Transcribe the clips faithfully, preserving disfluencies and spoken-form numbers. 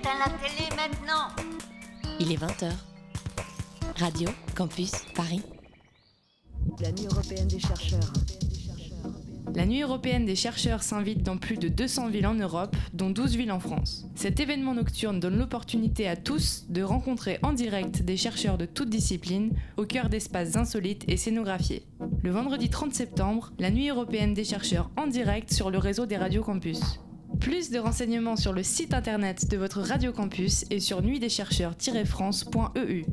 éteins la télé maintenant. Il est vingt heures. Radio Campus Paris. La Nuit européenne des chercheurs. La Nuit européenne des chercheurs s'invite dans plus de deux cents villes en Europe, dont douze villes en France. Cet événement nocturne donne l'opportunité à tous de rencontrer en direct des chercheurs de toutes disciplines au cœur d'espaces insolites et scénographiés. Le vendredi trente septembre, la Nuit européenne des chercheurs en direct sur le réseau des radios campus. Plus de renseignements sur le site internet de votre radio campus et sur nuit des chercheurs tiret france point e u.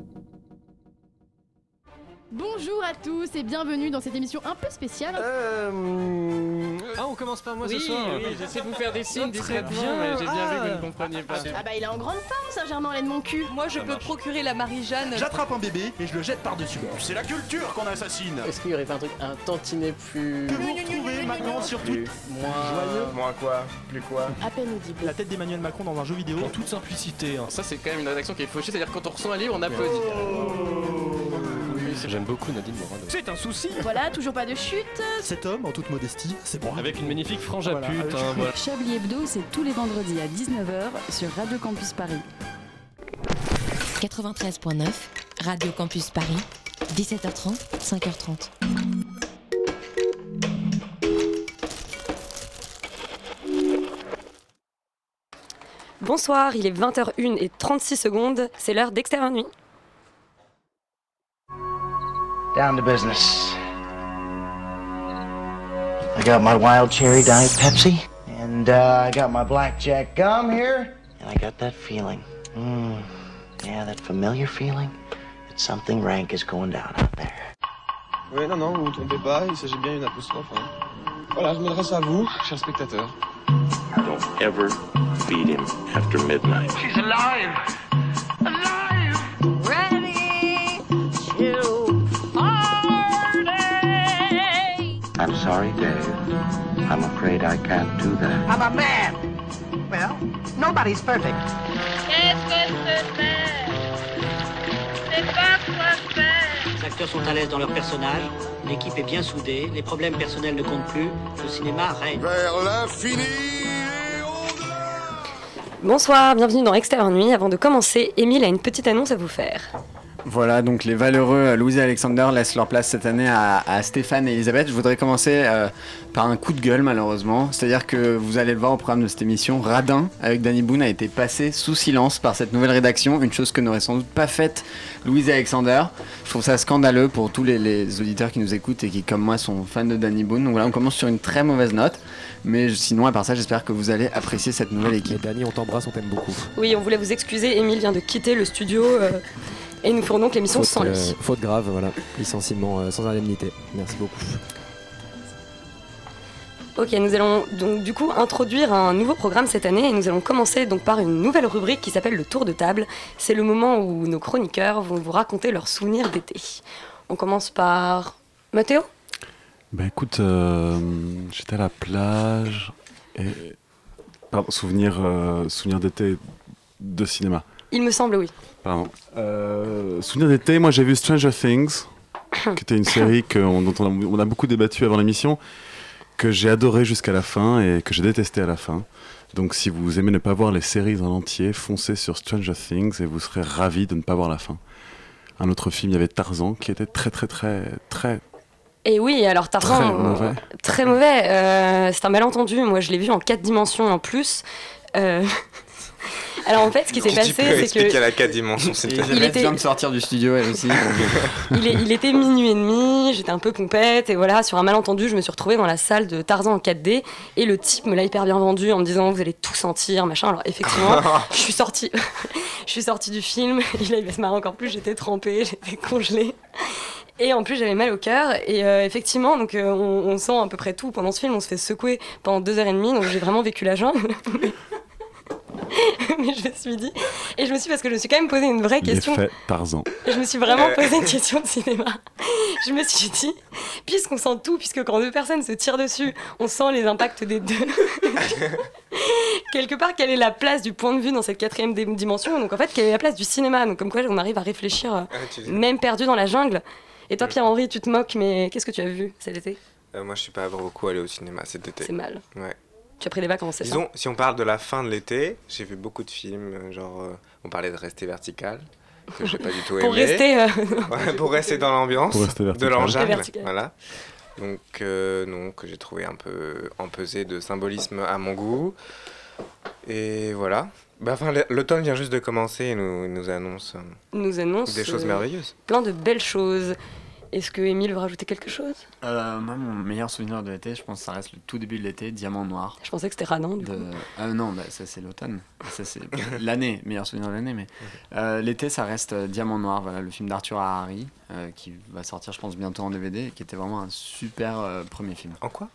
Bonjour à tous et bienvenue dans cette émission un peu spéciale. Euh... Ah, on commence par moi oui, ce soir. Oui, j'essaie de vous faire des signes oh, très discrètement, mais j'ai bien ah. vu que vous ne compreniez pas. Ah bah il est en grande forme, Saint-Germain-en-Laye de mon cul. Moi je peux procurer la Marie-Jeanne. J'attrape un bébé et je le jette par-dessus. C'est la culture qu'on assassine. Est-ce qu'il y aurait pas un truc un tantinet plus... Que vous retrouvez maintenant sur tout... Moins... Joyeux. Moins quoi? Plus quoi? À peine audible. La tête d'Emmanuel Macron dans un jeu vidéo. En toute simplicité. Hein. Ça c'est quand même une rédaction qui est fauchée, c'est-à-dire quand on reçoit un livre, on applaudit. Oh. J'aime beaucoup Nadine Morano. C'est un souci. Voilà, toujours pas de chute. Cet homme, en toute modestie, c'est bon. Avec une magnifique frange à voilà, pute. Hein, voilà. Chablis Hebdo, c'est tous les vendredis à dix-neuf heures sur Radio Campus Paris. quatre-vingt-treize virgule neuf, Radio Campus Paris, dix-sept heures trente, cinq heures trente. Bonsoir, il est vingt heures une et trente-six secondes, c'est l'heure d'Extérieur Nuit. Down to business. I got my wild cherry diet Pepsi, and uh, I got my blackjack gum here, and I got that feeling. Mm, yeah, that familiar feeling that something rank is going down out there. Oui, non, non, vous ne vous trompez pas, il s'agit bien d'une apostrophe. Hein. Voilà, je m'adresse à vous, chers spectateurs. Don't ever feed him after midnight. She's alive! Alive! Ready to party! I'm sorry, Dave. I'm afraid I can't do that. I'm a man! Well, nobody's perfect. Qu'est-ce que c'est? C'est pas quoi faire! Les acteurs sont à l'aise dans leur personnage, l'équipe est bien soudée, les problèmes personnels ne comptent plus, le cinéma règne. Vers l'infini! Bonsoir, bienvenue dans Extérieur Nuit. Avant de commencer, Émile a une petite annonce à vous faire. Voilà, donc les valeureux Louise et Alexander laissent leur place cette année à, à Stéphane et Elisabeth. Je voudrais commencer euh, par un coup de gueule malheureusement. C'est-à-dire que vous allez le voir au programme de cette émission, Radin avec Danny Boone a été passé sous silence par cette nouvelle rédaction, une chose que n'auraient sans doute pas faite Louise et Alexander. Je trouve ça scandaleux pour tous les, les auditeurs qui nous écoutent et qui comme moi sont fans de Danny Boone. Donc voilà, on commence sur une très mauvaise note. Mais sinon, à part ça, j'espère que vous allez apprécier cette nouvelle équipe. Et Danny, on t'embrasse, on t'aime beaucoup. Oui, on voulait vous excuser, Émile vient de quitter le studio euh, et nous ferons donc l'émission faute, sans lui. Euh, faute grave, voilà, licenciement euh, sans indemnité. Merci beaucoup. Ok, nous allons donc du coup introduire un nouveau programme cette année et nous allons commencer donc par une nouvelle rubrique qui s'appelle le tour de table. C'est le moment où nos chroniqueurs vont vous raconter leurs souvenirs d'été. On commence par Mathéo. Bah écoute, euh, j'étais à la plage et... Pardon, souvenir, euh, souvenir d'été de cinéma. Il me semble, oui. Pardon. Euh, souvenir d'été, moi j'ai vu Stranger Things, qui était une série que on, dont on a, on a beaucoup débattu avant l'émission, que j'ai adoré jusqu'à la fin et que j'ai détesté à la fin. Donc si vous aimez ne pas voir les séries en entier, foncez sur Stranger Things et vous serez ravis de ne pas voir la fin. Un autre film, il y avait Tarzan, qui était très très très très... Et oui, alors Tarzan, très mauvais. Euh, très mauvais. Euh, c'est un malentendu. Moi, je l'ai vu en quatre dimensions en plus. Euh... Alors en fait, ce qui s'est passé, c'est que à la quatre dimensions, c'est il était vient de sortir du studio elle aussi. il, est, il était minuit et demi, j'étais un peu pompette et voilà, sur un malentendu, je me suis retrouvée dans la salle de Tarzan en quatre D et le type me l'a hyper bien vendu en me disant vous allez tout sentir, machin. Alors effectivement, je suis sortie, je suis sortie du film. Il a se marrer encore plus, j'étais trempée, j'étais congelée. Et en plus, j'avais mal au cœur. Et euh, effectivement, donc, euh, on, on sent à peu près tout pendant ce film. On se fait secouer pendant deux heures et demie. Donc, j'ai vraiment vécu la jungle. Mais je me suis dit... Et je me suis... Parce que je me suis quand même posé une vraie question. L'effet Tarzan. Et je me suis vraiment posé une question de cinéma. Je me suis dit, puisqu'on sent tout, puisque quand deux personnes se tirent dessus, on sent les impacts des deux. Quelque part, quelle est la place du point de vue dans cette quatrième dimension? Donc en fait, quelle est la place du cinéma? Donc comme quoi, on arrive à réfléchir, euh, même perdu dans la jungle. Et toi, Pierre-Henri, tu te moques, mais qu'est-ce que tu as vu cet été? euh, Moi, je suis pas beaucoup allé au cinéma cet été. C'est mal. Ouais. Tu as pris des vacances, c'est ça? Disons, si on parle de la fin de l'été, j'ai vu beaucoup de films, genre, euh, on parlait de Rester vertical, que j'ai pas du tout aimé. Pour rester... Euh... Ouais, pour rester dans l'ambiance de l'enjable, voilà. Donc, euh, non, que j'ai trouvé un peu empesé de symbolisme à mon goût. Et voilà. Bah, enfin, l'automne vient juste de commencer et nous, nous annonce, euh, nous annonce des choses merveilleuses. Euh, plein de belles choses. Est-ce que Émile veut rajouter quelque chose? euh, Moi, mon meilleur souvenir de l'été, je pense que ça reste le tout début de l'été, Diamant Noir. Je pensais que c'était Radin, du de... coup. Ah non, bah, ça c'est l'automne. Ça c'est l'année, meilleur souvenir de l'année. Mais euh, l'été, ça reste euh, Diamant Noir, voilà, le film d'Arthur Harari, euh, qui va sortir, je pense, bientôt en D V D, qui était vraiment un super euh, premier film. En quoi?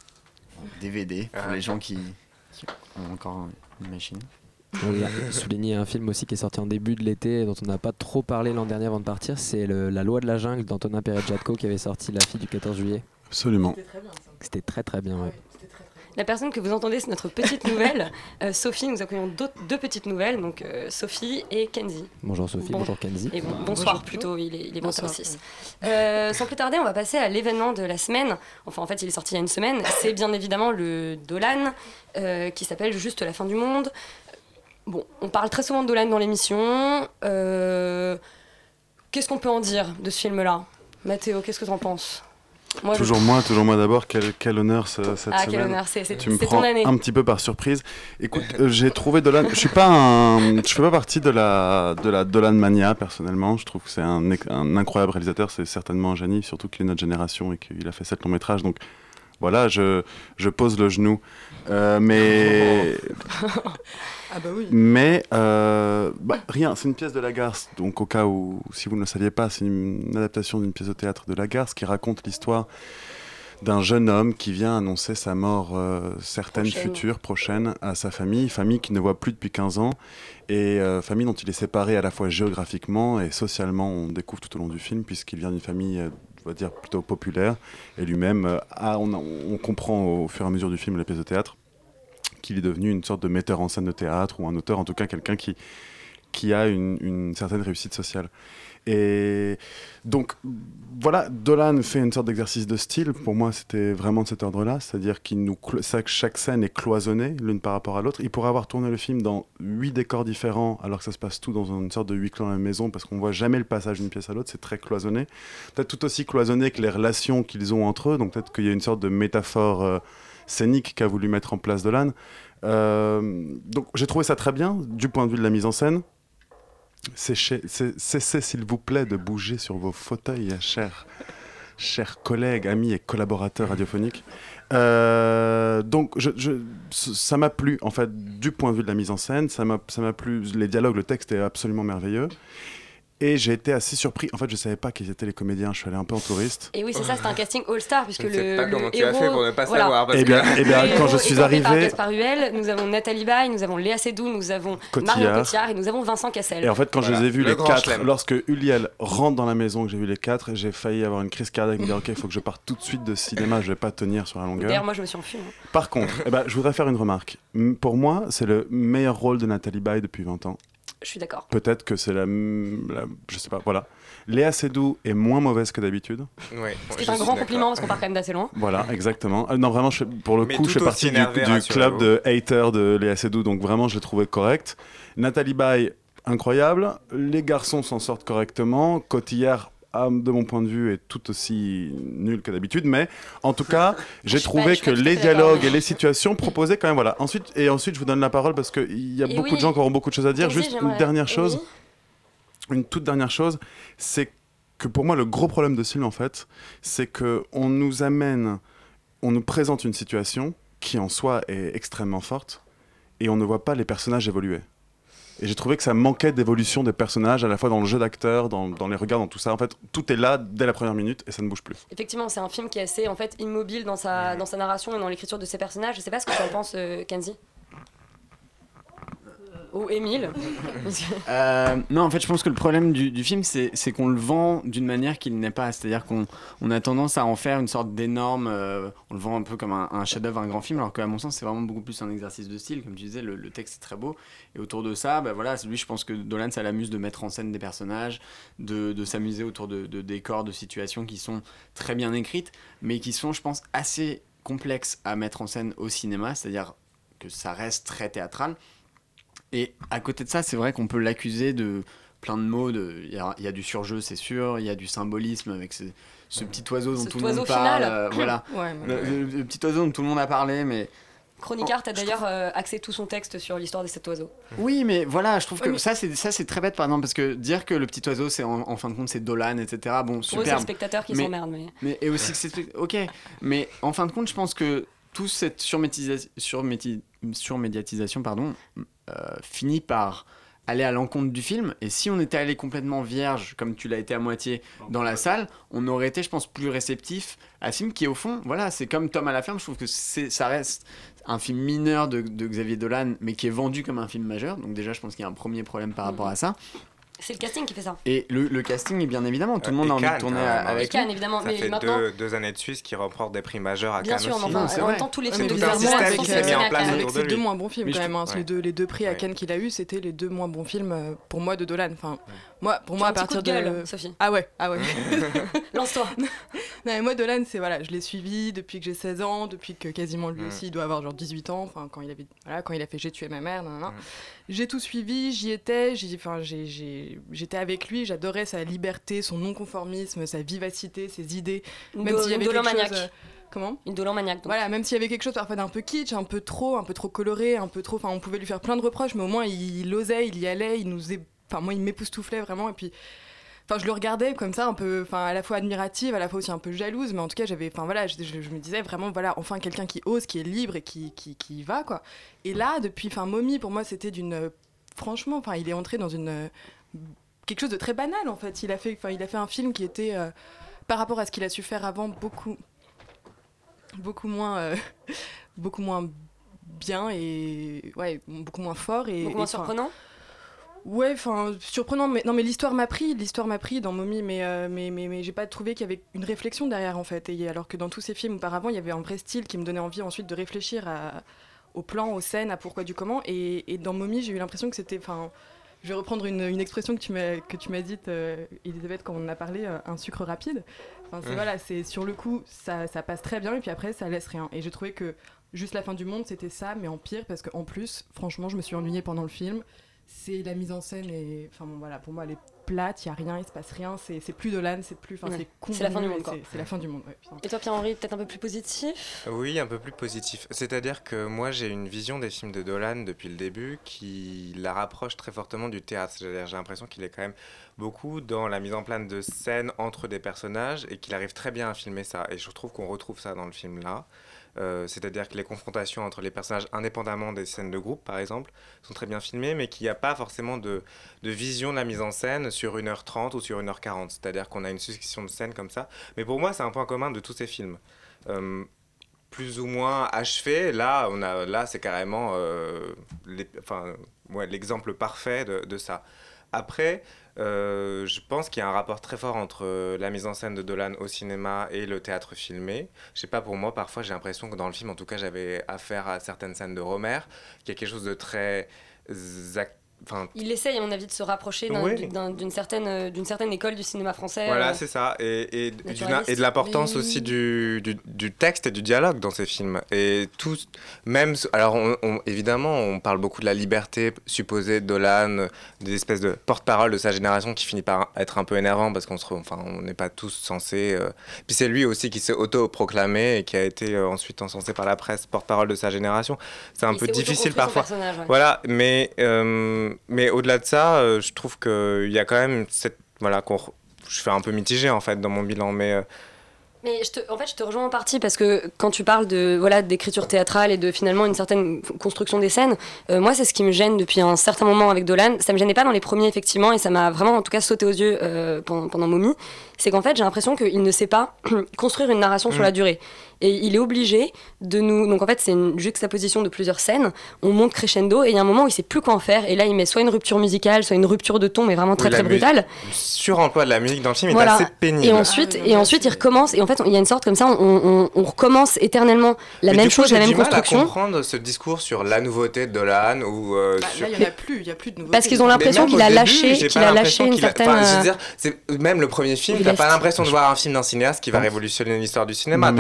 D V D, pour ah, les gens qui, qui ont encore une machine. Oui, souligner un film aussi qui est sorti en début de l'été dont on n'a pas trop parlé l'an dernier avant de partir, c'est le, La Loi de la jungle d'Antonin Perez-Jadko qui avait sorti La fille du quatorze juillet. Absolument. C'était très bien, ça. C'était très très bien, ouais. La personne que vous entendez, c'est notre petite nouvelle. Euh, Sophie, nous accueillons deux petites nouvelles, donc euh, Sophie et Kenzie. Bonjour Sophie, bon, bonjour Kenzie. Et bon, bonsoir bonjour, plutôt, il est, il est vingt heures six. Euh, sans plus tarder, on va passer à l'événement de la semaine. Enfin, en fait, il est sorti il y a une semaine. C'est bien évidemment le Dolan, euh, qui s'appelle Juste la fin du monde. Bon, on parle très souvent de Dolan dans l'émission. Euh, qu'est-ce qu'on peut en dire de ce film-là? Mathéo, qu'est-ce que t'en penses? Moi, toujours je... moi, toujours moi d'abord. Quel, quel honneur ce, cette ah, semaine. Quel honneur, c'est, c'est, tu me c'est prends ton année. Un petit peu par surprise. Écoute, euh, j'ai trouvé Dolan. Je suis pas un, je fais pas partie de la de la Dolan mania personnellement. Je trouve que c'est un, un incroyable réalisateur. C'est certainement un génie, surtout qu'il est notre génération et qu'il a fait sept longs métrages. Donc voilà, je je pose le genou. Euh, mais ah bah oui. Mais euh, bah, rien, c'est une pièce de Lagarce, donc au cas où, si vous ne le saviez pas, c'est une, une adaptation d'une pièce de théâtre de Lagarce qui raconte l'histoire d'un jeune homme qui vient annoncer sa mort euh, certaine, prochaine. future, prochaine, à sa famille, famille qu'il ne voit plus depuis quinze ans, et euh, famille dont il est séparé à la fois géographiquement et socialement, on découvre tout au long du film, puisqu'il vient d'une famille... Euh, on va dire plutôt populaire, et lui-même, euh, a, on, a, on comprend au fur et à mesure du film, la pièce de théâtre, qu'il est devenu une sorte de metteur en scène de théâtre, ou un auteur, en tout cas quelqu'un qui, qui a une, une certaine réussite sociale. Et donc, voilà, Dolan fait une sorte d'exercice de style, pour moi c'était vraiment de cet ordre-là, c'est-à-dire que clo- chaque scène est cloisonnée l'une par rapport à l'autre. Il pourrait avoir tourné le film dans huit décors différents, alors que ça se passe tout dans une sorte de huis clos dans la maison, parce qu'on voit jamais le passage d'une pièce à l'autre, c'est très cloisonné. Peut-être tout aussi cloisonné que les relations qu'ils ont entre eux, donc peut-être qu'il y a une sorte de métaphore euh, scénique qu'a voulu mettre en place Dolan. Euh, donc j'ai trouvé ça très bien, du point de vue de la mise en scène. Cessez, cessez, s'il vous plaît, de bouger sur vos fauteuils, chers, chers collègues, amis et collaborateurs radiophoniques. Euh, donc, je, je, ça m'a plu, en fait, du point de vue de la mise en scène. Ça m'a, ça m'a plu. Les dialogues, le texte est absolument merveilleux. Et j'ai été assez surpris. En fait, je savais pas qui étaient les comédiens. Je suis allé un peu en touriste. Et oui, c'est ça, c'est un casting all-star puisque je ne sais le, pas le comment tu héros, as fait pour ne pas voilà. savoir. Parce eh bien, que... eh bien quand je suis arrivé, par Gaspard Huel, nous avons Nathalie Baye, nous avons Léa Seydoux, nous avons Cotillard. Marion Cotillard et nous avons Vincent Cassel. Et en fait, quand voilà, je les ai vus les quatre, chelem. Lorsque Uliel rentre dans la maison, que j'ai vu les quatre, j'ai failli avoir une crise cardiaque, me dire ok, il faut que je parte tout de suite de cinéma, je vais pas tenir sur la longueur. D'ailleurs, moi, je me suis enfui. Hein. Par contre, eh ben, je voudrais faire une remarque. Pour moi, c'est le meilleur rôle de Nathalie Baye depuis vingt ans. Je suis d'accord. Peut-être que c'est la, la... Je sais pas, voilà. Léa Seydoux est moins mauvaise que d'habitude. Ouais, c'est un grand compliment parce qu'on part quand même d'assez loin. Voilà, exactement. Euh, non, vraiment, je, pour le Mais coup, je fais partie du, du club de haters de Léa Seydoux, donc vraiment, je l'ai trouvé correct. Nathalie Baye, incroyable. Les garçons s'en sortent correctement. Cotillard, de mon point de vue, est tout aussi nul que d'habitude, mais en tout cas, j'ai trouvé que les dialogues et les situations proposaient quand même, voilà. Ensuite, et ensuite, je vous donne la parole parce qu'il y a et beaucoup oui. de gens qui auront beaucoup de choses à dire. Juste une j'aimerais... dernière chose, oui. une toute dernière chose, c'est que pour moi, le gros problème de ce film, en fait, c'est qu'on nous amène, on nous présente une situation qui, en soi, est extrêmement forte, et on ne voit pas les personnages évoluer. Et j'ai trouvé que ça manquait d'évolution des personnages, à la fois dans le jeu d'acteur, dans, dans les regards, dans tout ça. En fait, tout est là dès la première minute et ça ne bouge plus. Effectivement, c'est un film qui est assez en fait, immobile dans sa, dans sa narration et dans l'écriture de ses personnages. Je sais pas ce que tu en penses, euh, Kenzie ou Émile. euh, Non, en fait, je pense que le problème du, du film, c'est, c'est qu'on le vend d'une manière qu'il n'est pas. C'est-à-dire qu'on on a tendance à en faire une sorte d'énorme... Euh, on le vend un peu comme un, un chef-d'œuvre, un grand film, alors qu'à mon sens, c'est vraiment beaucoup plus un exercice de style. Comme tu disais, le, le texte est très beau. Et autour de ça, bah voilà, lui, je pense que Dolan, ça l'amuse de mettre en scène des personnages, de, de s'amuser autour de, de décors, de situations qui sont très bien écrites, mais qui sont, je pense, assez complexe à mettre en scène au cinéma, c'est-à-dire que ça reste très théâtral. Et à côté de ça, c'est vrai qu'on peut l'accuser de plein de mots. Il y, y a du surjeu, c'est sûr, il y a du symbolisme avec ce, ce petit oiseau dont ce tout le monde parle. Euh, voilà. ouais, le, le, le petit oiseau dont tout le monde a parlé, mais... Chronicart a d'ailleurs trouve... euh, axé tout son texte sur l'histoire de cet oiseau. Oui, mais voilà, je trouve que oui, mais... ça, c'est, ça, c'est très bête, par exemple, parce que dire que le petit oiseau, c'est en, en fin de compte, c'est Dolan, et cetera. Bon, super. Pour eux, c'est le spectateur qui mais, s'emmerde. Mais... mais et aussi que c'est... Ok, mais en fin de compte, je pense que toute cette surmédisa... surmédi... surmédiatisation pardon, euh, finit par aller à l'encontre du film. Et si on était allé complètement vierge, comme tu l'as été à moitié dans la salle, on aurait été, je pense, plus réceptif à ce film qui, au fond, voilà, c'est comme Tom à la ferme. Je trouve que c'est, ça reste un film mineur de, de Xavier Dolan, mais qui est vendu comme un film majeur. Donc déjà, je pense qu'il y a un premier problème par rapport à ça. C'est le casting qui fait ça. Et le, le casting, est bien évidemment, tout le monde a envie de tourner hein, avec Cannes, évidemment. Ça mais fait maintenant... deux, deux années de Suisse qui remportent des prix majeurs à bien Cannes sûr, aussi. Bien sûr, en même temps, tous les films de Xavier Dolan qui s'est mis en place avec autour de ses lui. deux moins bons films Mais quand même. Hein, ouais. les, deux, les deux prix à ouais. Cannes qu'il a eu, c'était les deux moins bons films euh, pour moi de Dolan. Enfin, ouais. moi, pour tu moi, as à partir de, gueule, de... Sophie. Ah ouais, ah ouais. Lance-toi. Non, mais moi, Dolan, c'est voilà, je l'ai suivi depuis que j'ai seize ans, depuis que quasiment lui aussi, il doit avoir genre dix-huit ans. Enfin, quand il avait, voilà, quand il a fait J'ai tué ma mère, nan, nan, nan. J'ai tout suivi, j'y étais, j'y, enfin, j'ai, j'ai, j'étais avec lui, j'adorais sa liberté, son non-conformisme, sa vivacité, ses idées. Même Do- s'il y avait Dolan quelque maniaque. chose... Euh, comment Une Dolan maniaque. Donc. Voilà, même s'il y avait quelque chose parfois d'un peu kitsch, un peu trop, un peu trop coloré, un peu trop... Enfin, on pouvait lui faire plein de reproches, mais au moins, il, il osait, il y allait, il nous... É... Enfin, moi, il m'époustouflait vraiment, et puis... Enfin, je le regardais comme ça, un peu, enfin, à la fois admirative, à la fois aussi un peu jalouse, mais en tout cas, j'avais, enfin voilà, je, je, je me disais vraiment, voilà, enfin quelqu'un qui ose, qui est libre et qui, qui, qui y va, quoi. Et là, depuis, enfin, Mommy, pour moi, c'était d'une, franchement, enfin, il est entré dans une quelque chose de très banal, en fait. Il a fait, enfin, il a fait un film qui était, euh, par rapport à ce qu'il a su faire avant, beaucoup, beaucoup moins, euh, beaucoup moins bien et ouais, beaucoup moins fort et beaucoup moins et, surprenant. Ouais, enfin, surprenant, mais non, mais l'histoire m'a pris, l'histoire m'a pris dans Mommy, mais, euh, mais, mais, mais j'ai pas trouvé qu'il y avait une réflexion derrière, en fait. Et alors que dans tous ces films auparavant, il y avait un vrai style qui me donnait envie ensuite de réfléchir à, au plan, aux scènes, à pourquoi du comment. Et, et dans Mommy, j'ai eu l'impression que c'était, enfin, je vais reprendre une, une expression que tu m'as, que tu m'as dite, euh, Elisabeth, quand on en a parlé, euh, un sucre rapide. Enfin, c'est, mmh. voilà, c'est sur le coup, ça, ça passe très bien, et puis après, ça laisse rien. Et j'ai trouvé que Juste la fin du monde, c'était ça, mais en pire, parce qu'en plus, franchement, je me suis ennuyée pendant le film. C'est la mise en scène et enfin bon, voilà, pour moi elle est plate, il y a rien, il se passe rien, c'est c'est plus Dolan, c'est plus enfin ouais. c'est con. C'est la fin du monde quoi. C'est, c'est la fin du monde. Ouais, et toi Pierre-Henri, peut-être un peu plus positif ? Oui, un peu plus positif. C'est-à-dire que moi j'ai une vision des films de Dolan depuis le début qui la rapproche très fortement du théâtre. C'est-à-dire, j'ai l'impression qu'il est quand même beaucoup dans la mise en place de scènes entre des personnages et qu'il arrive très bien à filmer ça. Et je trouve qu'on retrouve ça dans le film là. Euh, c'est-à-dire que les confrontations entre les personnages indépendamment des scènes de groupe par exemple sont très bien filmées, mais qu'il n'y a pas forcément de, de vision de la mise en scène sur une heure trente ou sur une heure quarante, c'est-à-dire qu'on a une succession de scènes comme ça. Mais pour moi c'est un point commun de tous ces films, euh, plus ou moins achevés. Là, on a, là c'est carrément euh, les, enfin, ouais, l'exemple parfait de, de ça. Après, euh, je pense qu'il y a un rapport très fort entre la mise en scène de Dolan au cinéma et le théâtre filmé. Je sais pas, pour moi, parfois, j'ai l'impression que dans le film, en tout cas, j'avais affaire à certaines scènes de Romer, qu'il y a quelque chose de très... Act- Enfin, il essaye à mon avis de se rapprocher d'un, oui. d'un, d'une, certaine, d'une certaine école du cinéma français. Voilà, euh, c'est ça. Et, et, et de l'importance oui. aussi du, du, du texte et du dialogue dans ces films. Et tout, même, alors on, on, évidemment, on parle beaucoup de la liberté supposée de Dolan, des espèces de porte-parole de sa génération qui finit par être un peu énervant parce qu'on se, enfin, on n'est pas tous censés. Euh... Puis c'est lui aussi qui s'est auto-proclamé et qui a été euh, ensuite encensé par la presse porte-parole de sa génération. C'est un il peu difficile parfois. Ouais. Voilà, mais. Euh, Mais au-delà de ça, euh, je trouve qu'il y a quand même cette... Voilà, qu'on... je fais un peu mitigé en fait dans mon bilan, mais... Euh... Mais je te, en fait, je te rejoins en partie parce que quand tu parles de, voilà, d'écriture théâtrale et de finalement une certaine construction des scènes, euh, moi, c'est ce qui me gêne depuis un certain moment avec Dolan. Ça me gênait pas dans les premiers, effectivement, et ça m'a vraiment, en tout cas, sauté aux yeux euh, pendant, pendant Mommy. C'est qu'en fait, j'ai l'impression qu'il ne sait pas construire une narration mmh. sur la durée. Et il est obligé de nous... Donc en fait, c'est une juxtaposition de plusieurs scènes. On monte crescendo et il y a un moment où il sait plus quoi en faire. Et là, il met soit une rupture musicale, soit une rupture de ton, mais vraiment très oui, très brutale. Le suremploi de la musique dans le film voilà. est assez pénible. Et ensuite, ah, et ensuite il recommence. Et en fait, il y a une sorte comme ça, on, on, on recommence éternellement la mais même coup, chose, la même construction. J'ai du mal à comprendre ce discours sur la nouveauté de Dolan. Ou, euh, bah, sur... Là, il n'y en a plus. Il n'y a plus de nouveauté. Parce qu'ils ont l'impression qu'il a début, lâché, qu'il a lâché une qu'il a... certaine... Enfin, je veux dire, c'est... même le premier film, tu n'as pas l'impression de voir un film d'un cinéaste qui va révolutionner l'histoire du cinéma. Tu n'as pas l'impression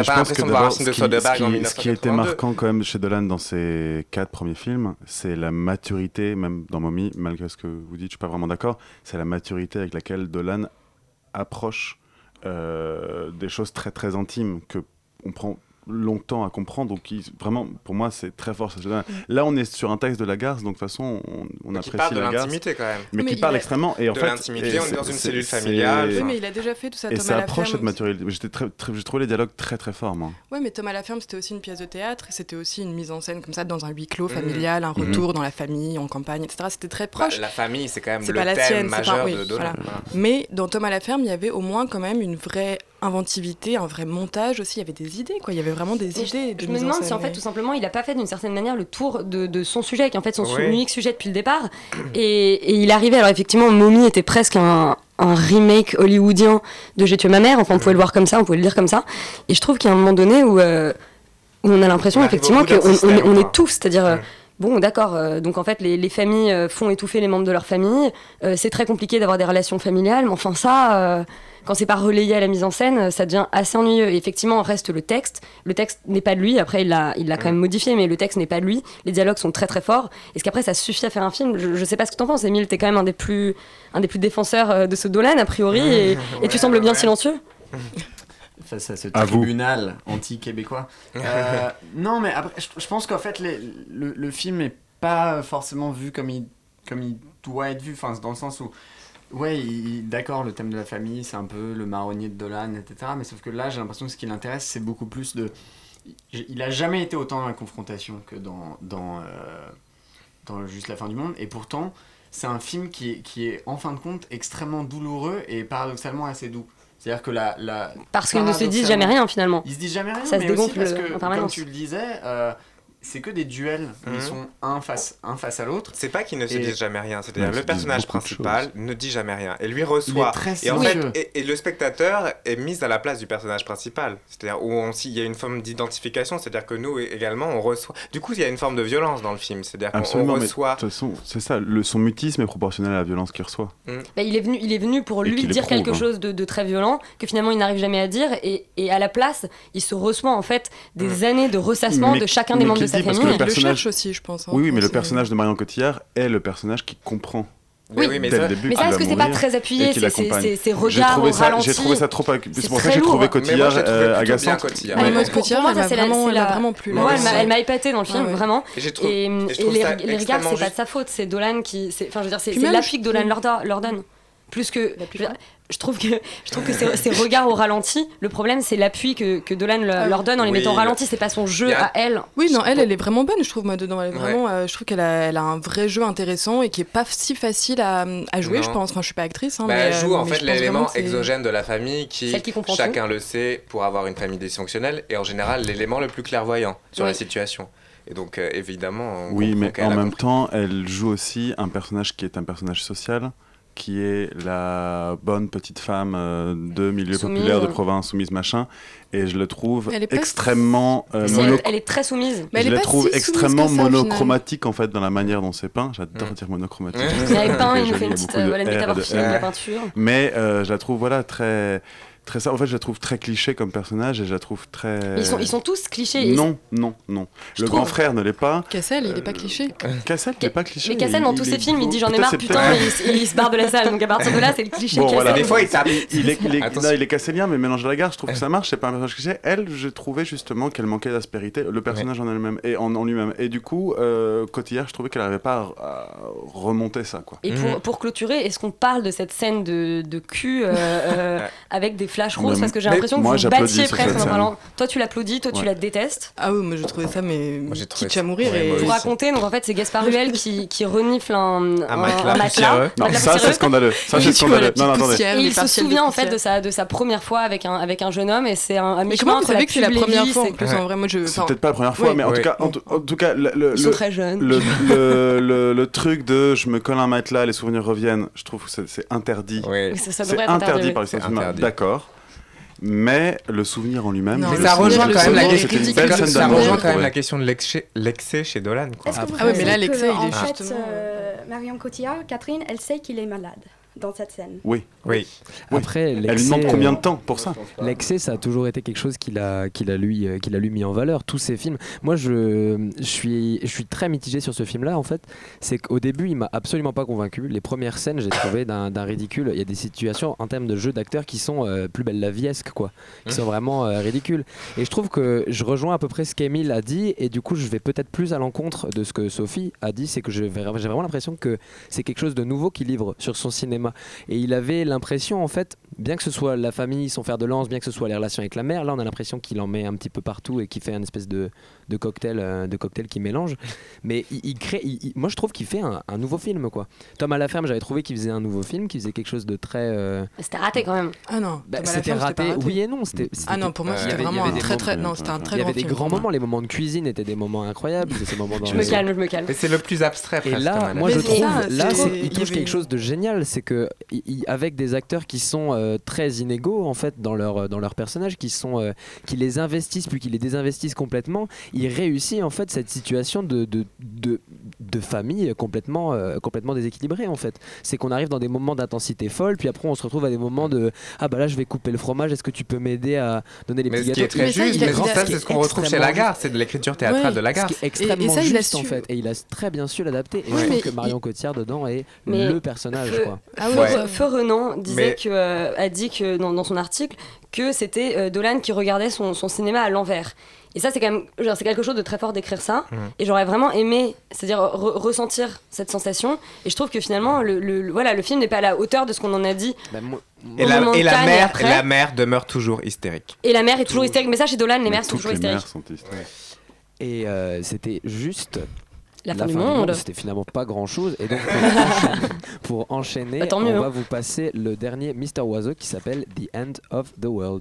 l'impression de voir un film de ce qui- Soderbergh ce en qui- mille neuf Ce cent qui a été quatre-vingt-deux. marquant quand même chez Dolan dans ses quatre premiers films, c'est la maturité, même dans Mommy, malgré ce que vous dites, je suis pas vraiment d'accord, c'est la maturité avec laquelle Dolan approche euh, des choses très très intimes que on prend longtemps à comprendre, donc qui, vraiment pour moi c'est très fort. Mm. Là on est sur un texte de Lagarde, donc de toute façon on, on Mais qui apprécie parle de Lagarde, l'intimité quand même. mais, Mais qui il parle a- extrêmement et en de fait l'intimité, et on est c'est- dans une c'est- cellule c'est- familiale. Oui, mais il a déjà fait tout ça, et Thomas ça approche Laferme. cette maturité. J'étais très, très, j'ai trouvé les dialogues très très forts moi. Ouais, mais Thomas Laferme, c'était aussi une pièce de théâtre, et c'était aussi une mise en scène comme ça, dans un huis clos Mmh. familial, un Mmh. retour dans la famille, en campagne, et cetera. C'était très Bah, proche. la famille, c'est quand même C'est le pas la thème sienne, c'est majeur pas- oui, de Dolan. voilà. Mais dans Thomas Laferme, il y avait au moins quand même une vraie inventivité, un vrai montage aussi. Il y avait des idées, quoi. Il y avait vraiment des Mais idées. Je de me mise en demande scène, si en fait mais- tout simplement il a pas fait d'une certaine manière le tour de, de son sujet, qui en fait son Oui. unique sujet depuis le départ. Et, et il arrivait, alors effectivement Mommy était presque un, un remake hollywoodien de J'ai tué ma mère, enfin on pouvait le voir comme ça, on pouvait le dire comme ça. Et je trouve qu'il y a un moment donné où, euh, où on a l'impression On arrive effectivement au bout d'un qu'on on, système, est- on quoi. est tous, c'est-à-dire... euh, Mm. Bon, d'accord, euh, donc en fait, les, les familles euh, font étouffer les membres de leur famille. Euh, c'est très compliqué d'avoir des relations familiales, mais enfin, ça, euh, quand c'est pas relayé à la mise en scène, ça devient assez ennuyeux. Et effectivement, reste le texte. Le texte n'est pas de lui, après, il l'a il l'a quand même modifié, mais le texte n'est pas de lui. Les dialogues sont très très forts. Est-ce qu'après, ça suffit à faire un film? je, je sais pas ce que t'en penses, Émile, t'es quand même un des plus, un des plus défenseurs euh, de ce Dolan, a priori, et, et tu Ouais, sembles bien ouais. silencieux. Face à ce À vous. tribunal anti-québécois. Euh, non, mais après, je, je pense qu'en fait, les- le, le film est pas forcément vu comme il, comme il doit être vu, enfin, dans le sens où, ouais, il- d'accord, le thème de la famille, c'est un peu le marronnier de Dolan, et cetera. Mais sauf que là, j'ai l'impression que ce qui l'intéresse, c'est beaucoup plus de... Il il a jamais été autant dans la confrontation que dans, dans, euh, dans Juste la fin du monde, et pourtant, c'est un film qui est, qui est, en fin de compte, extrêmement douloureux et paradoxalement assez doux. C'est-à-dire que la... la Parce qu'ils ne se disent jamais rien, finalement. Ils se disent jamais rien, Ça se mais aussi dégonfle parce en que, comme permanence. tu le disais, euh, c'est que des duels où Mhm. ils sont un face, un face à l'autre. C'est pas qu'ils ne se Et- disent jamais rien, c'est-à-dire Ouais, ils le se personnage disent beaucoup de principal choses. ne dit jamais rien et lui reçoit. Il est très Et en silencieux. fait, et, et le spectateur est mis à la place du personnage principal, c'est-à-dire où on- il y a une forme d'identification, c'est-à-dire que nous également on reçoit. Du coup, il y a une forme de violence dans le film, c'est-à-dire qu'on Absolument, on mais de reçoit. toute façon, c'est ça, le, son mutisme est proportionnel à la violence qu'il reçoit. Bah, il, est venu, il est venu pour Et lui qu'il dire éprouve, quelque hein. chose de, de très violent que finalement il n'arrive jamais à dire, et, et à la place il se reçoit en fait des années de ressassement Mais- de chacun mais des membres de qu'il sa dit, parce famille. que le Il le personnage- cherche aussi, je pense. hein. Oui, oui, mais le C'est- personnage de Marion Cotillard est le personnage qui comprend. Mais oui, mais dès ça- le début Mais ça, qu'il est-ce va que c'est pas mourir très et appuyé, qu'il ces- ces l'accompagne. ces- ces J'ai regards trouvé au ça, ralenti? j'ai trouvé ça trop. C'est C'est pour ça très que j'ai trouvé lourd. Mais moi, Cotillard j'ai trouvé euh, plutôt bien agaçante. Cotillard. Ah, Mais- moi, Rose pour- pour Cotillard, moi, elle ça, m'a c'est la- vraiment- c'est elle m'a la- vraiment plu, là. Moi, elle Ouais, m'a- aussi. elle m'a épaté dans le film, Ah ouais. vraiment. Et j'ai trouvé- Et, et je et trouve les, ça les regards, extrêmement c'est pas de juste. sa faute, c'est Dolan qui. c'est- Enfin, je veux dire, c'est Puis c'est même, l'appui je que Dolan trouve- leur, do- leur donne. Plus que. je veux dire, Je trouve que, je trouve que ces, ces regards au ralenti, le problème c'est l'appui que, que Dolan le- Ah leur donne en les oui, mettant au le- ralenti, c'est pas son jeu Il y a- à elle. Oui, non, elle, elle est vraiment bonne, je trouve, moi, dedans. Elle est Ouais. vraiment, euh, je trouve qu'elle a, elle a un vrai jeu intéressant et qui est pas si facile à, à jouer, Non. je pense. Enfin, je suis pas actrice. Hein, Bah, mais, elle euh, joue en mais fait je pense l'élément vraiment que c'est- exogène de la famille qui, Celle qui comprend chacun le sait, pour avoir une famille dysfonctionnelle, et en général l'élément le plus clairvoyant sur Oui. la situation. Et donc euh, évidemment, on Oui, comprend mais qu'elle en a même compris. temps, elle joue aussi un personnage qui est un personnage social, qui est la bonne petite femme euh, de milieu Soumise. populaire, de province, soumise machin, et je le trouve Elle est pas extrêmement euh, C'est- mono- Elle est très soumise. Mais elle je est la pas trouve si soumise extrêmement que ça, au final. monochromatique en fait dans la manière dont c'est peint. J'adore dire monochromatique. Ouais. Je trouve Il ça avait peint, très il nous joli, fait il y une a petite beaucoup de euh, voilà, une R et de métaphore fine de R. la peinture. Mais euh, je la trouve voilà très très ça. En fait, je la trouve très cliché comme personnage et je la trouve très. Mais Ils sont, ils sont tous clichés. Ils- Non, non, non. Je Le trouve. grand frère ne l'est pas. Cassel, il est Euh, pas cliché. Cassel n'est pas cliché. Mais Cassel, dans tous il ses est films, il beau. dit j'en ai Peut-être marre, c'est putain, et il, se- il se barre de la salle. Donc à partir de là, c'est le cliché Bon, Cassel. voilà. Des fois, il tape. Il est, il est, Attention. non, il est cassélien, mais mélange de la gare, je trouve que ça marche, c'est pas un personnage cliché. Elle, j'ai trouvé justement qu'elle manquait d'aspérité, le personnage en elle-même et en, en lui-même. Et du coup, euh, Cotillard, je trouvais qu'elle n'arrivait pas à, à remonter ça, quoi. Et Mhm. pour, pour clôturer, est-ce qu'on parle de cette scène de, de cul euh, euh, avec des flashs roses? Mais- Parce que j'ai mais l'impression que moi, vous j'applaudis battiez sur presque cette en scène. parlant. Toi, tu l'applaudis, toi, tu Ouais. la détestes. Ah oui, mais je trouvais ça, mais Moi, j'ai trouvé kitsch à ça- mourir. ouais, et... moi Pour aussi. raconter, donc en fait, c'est Gaspard Huel qui, qui renifle un, un, matelas un poussiéreux. Non, matelas ça c'est poussiéreux. scandaleux. Ça Oui, c'est tu vois, la scandaleux. Non, non, petite attendez. poussière, Et les il se partiels de souvient en fait poussière. de sa, de sa première fois avec un, avec un jeune homme, et c'est un, un Mais mi-chemin comment vous entre la savez que c'est la pub première Lévis fois et- en plus Ouais. en vrai, moi je. C'est enfin, peut-être pas la première fois, oui, mais en oui. tout cas, en, tout- en tout cas, le, le, Ils sont le- très jeunes. le, le, le, le truc de je me colle un matelas, les souvenirs reviennent, je trouve que c'est c'est interdit. Oui. Oui, ça, ça C'est devrait être interdit interdit. par oui. les sens C'est humains, interdit. d'accord. Mais le souvenir en lui-même. Non, Mais je ça le rejoint souviens, quand le même la souvenir, question. c'était une belle scène Ça d'amour. rejoint je quand même trouvais. la question de l'excès, l'excès chez Dolan. Quoi. Est-ce que vous Ah ouais, mais pensez là, l'excès, que, il est en fait, justement- euh, Marion Cotillard, Catherine, elle sait qu'il est malade. dans cette scène. Oui. Oui. Après, elle lui demande combien de temps pour ça? L'excès, ça a toujours été quelque chose qu'il a, qu'il a, lui, euh, qu'il a lui mis en valeur. Tous ces films. Moi, je, je, suis, je suis très mitigé sur ce film-là, en fait. C'est qu'au début, il m'a absolument pas convaincu. Les premières scènes, j'ai trouvé d'un, d'un ridicule. Il y a des situations en termes de jeu d'acteurs qui sont euh, plus belle la viesque, quoi. Qui sont vraiment euh, ridicules. Et je trouve que je rejoins à peu près ce qu'Émile a dit. Et du coup, je vais peut-être plus à l'encontre de ce que Sophie a dit. C'est que j'ai vraiment l'impression que c'est quelque chose de nouveau qu'il livre sur son cinéma. Et il avait l'impression, en fait, bien que ce soit la famille, son fer de lance, bien que ce soit les relations avec la mère, là on a l'impression qu'il en met un petit peu partout et qu'il fait une espèce de, de cocktail, euh, de cocktail qui mélange. Mais il, il crée, il, il, moi je trouve qu'il fait un, un nouveau film, quoi. Tom à la ferme, j'avais trouvé qu'il faisait un nouveau film, qu'il faisait quelque chose de très. Euh... C'était raté quand même. Ah non. Bah, c'était, ferme, raté, c'était raté. Oui et non. C'était, c'était, ah non, pour moi euh, c'était vraiment un très très. Non, c'était un très grand film. Il y avait des grands moments. Les moments de cuisine étaient des moments incroyables. Ces moments dans je me calme, je me calme. Mais c'est le plus abstrait. Et là, moi je trouve, là, il touche quelque chose de génial, c'est que avec des acteurs qui sont euh, très inégaux en fait dans leur dans leur personnage, qui sont euh, qui les investissent puis qui les désinvestissent complètement, il réussit en fait cette situation de de de, de famille complètement euh, complètement déséquilibrée en fait. C'est qu'on arrive dans des moments d'intensité folle, puis après on se retrouve à des moments de ah bah là je vais couper le fromage, est-ce que tu peux m'aider à donner les mais petits gâteaux? Mais ce qui est très juste, mais ça c'est ce qu'on retrouve chez Lagarde, c'est de l'écriture théâtrale de Lagarde. Ce qui est extrêmement et, et ça, juste en fait, et il a très bien su l'adapter. Et je trouve que Marion Cotillard dedans est mais le personnage Feu, quoi. Ah oui, ouais. Feu Renan disait mais... que, euh, a dit que dans, dans son article que c'était euh, Dolan qui regardait son, son cinéma à l'envers. Et ça, c'est quand même, genre, c'est quelque chose de très fort d'écrire ça. Mmh. Et j'aurais vraiment aimé, c'est-à-dire re- ressentir cette sensation. Et je trouve que finalement, le, le, le, voilà, le film n'est pas à la hauteur de ce qu'on en a dit. Bah, moi, et la, et la mère, et la mère demeure toujours hystérique. Et la mère est toujours Tout... hystérique. Mais ça, chez Dolan, les mais mères sont toujours les hystériques. Mères sont hystériques. Et euh, c'était juste. La, la fin, fin du, monde. du monde, c'était finalement pas grand chose. Et donc, pour enchaîner, pour enchaîner bah, on mieux, va hein. vous passer le dernier Mister Oiseau qui s'appelle The End of the World.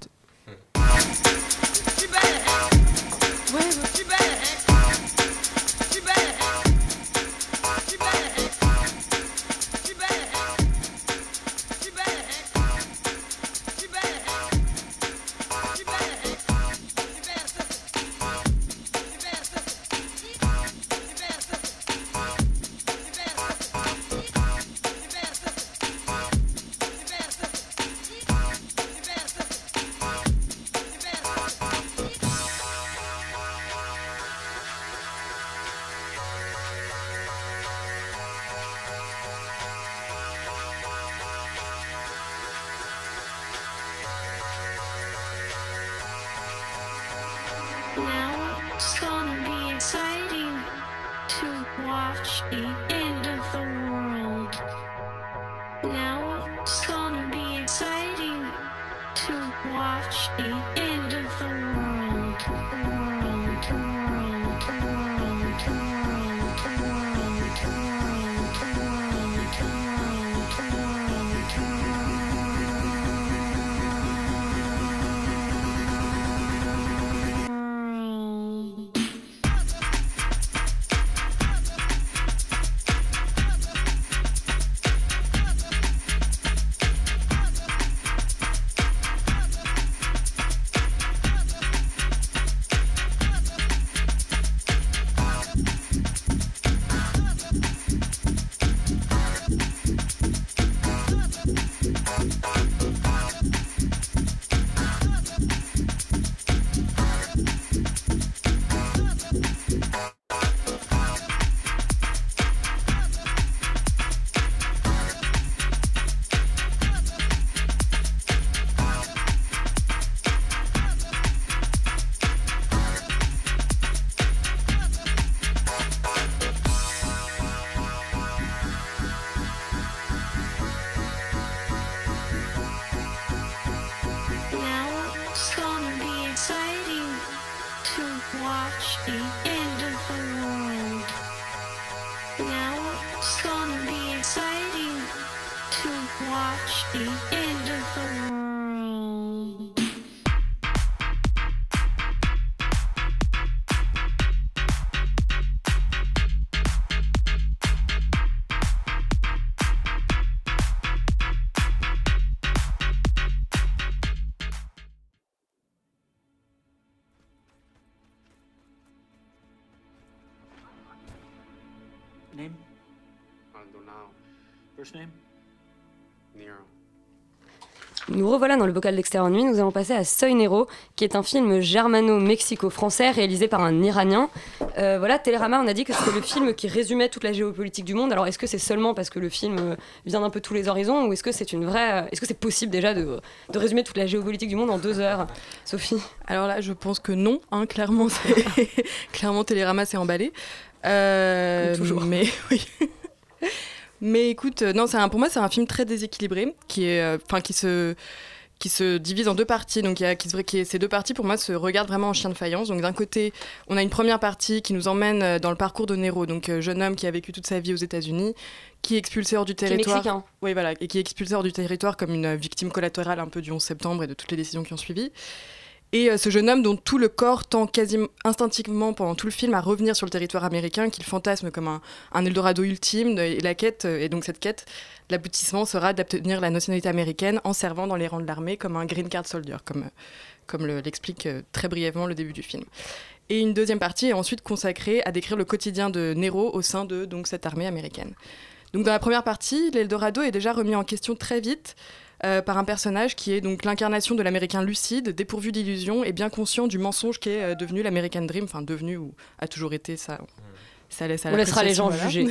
Name? I don't know. First name? Nous revoilà dans le bocal d'Extérieur Nuit, nous allons passer à Soy Nero, qui est un film germano-mexico-français réalisé par un Iranien. Euh, voilà, Télérama, on a dit que c'était le film qui résumait toute la géopolitique du monde. Alors est-ce que c'est seulement parce que le film vient d'un peu tous les horizons, ou est-ce que c'est une vraie, est-ce que c'est possible déjà de, de résumer toute la géopolitique du monde en deux heures, Sophie? Alors là, je pense que non, hein, clairement, c'est... clairement Télérama s'est emballé. Euh, Comme toujours. Mais oui. Mais écoute, euh, non, c'est un, pour moi, c'est un film très déséquilibré, qui est, enfin, euh, qui se, qui se divise en deux parties. Donc, il y a, qui, qui, ces deux parties, pour moi, se regardent vraiment en chien de faïence. Donc, d'un côté, on a une première partie qui nous emmène dans le parcours de Nero, donc euh, jeune homme qui a vécu toute sa vie aux États-Unis, qui est expulsé hors du territoire. Qui est mexicain. Oui, voilà, et qui est expulsé hors du territoire comme une victime collatérale un peu du onze septembre et de toutes les décisions qui ont suivi. Et euh, ce jeune homme dont tout le corps tend quasiment instinctivement pendant tout le film à revenir sur le territoire américain, qu'il fantasme comme un, un Eldorado ultime, et la quête, et donc cette quête, l'aboutissement sera d'obtenir la nationalité américaine en servant dans les rangs de l'armée comme un green card soldier, comme, comme le, l'explique euh, très brièvement le début du film. Et une deuxième partie est ensuite consacrée à décrire le quotidien de Nero au sein de donc, cette armée américaine. Donc dans la première partie, l'Eldorado est déjà remis en question très vite, Euh, par un personnage qui est donc l'incarnation de l'américain lucide, dépourvu d'illusions et bien conscient du mensonge qu'est euh, devenu l'American Dream, enfin devenu ou a toujours été, ça, ça laisse à on laissera les gens voilà. juger.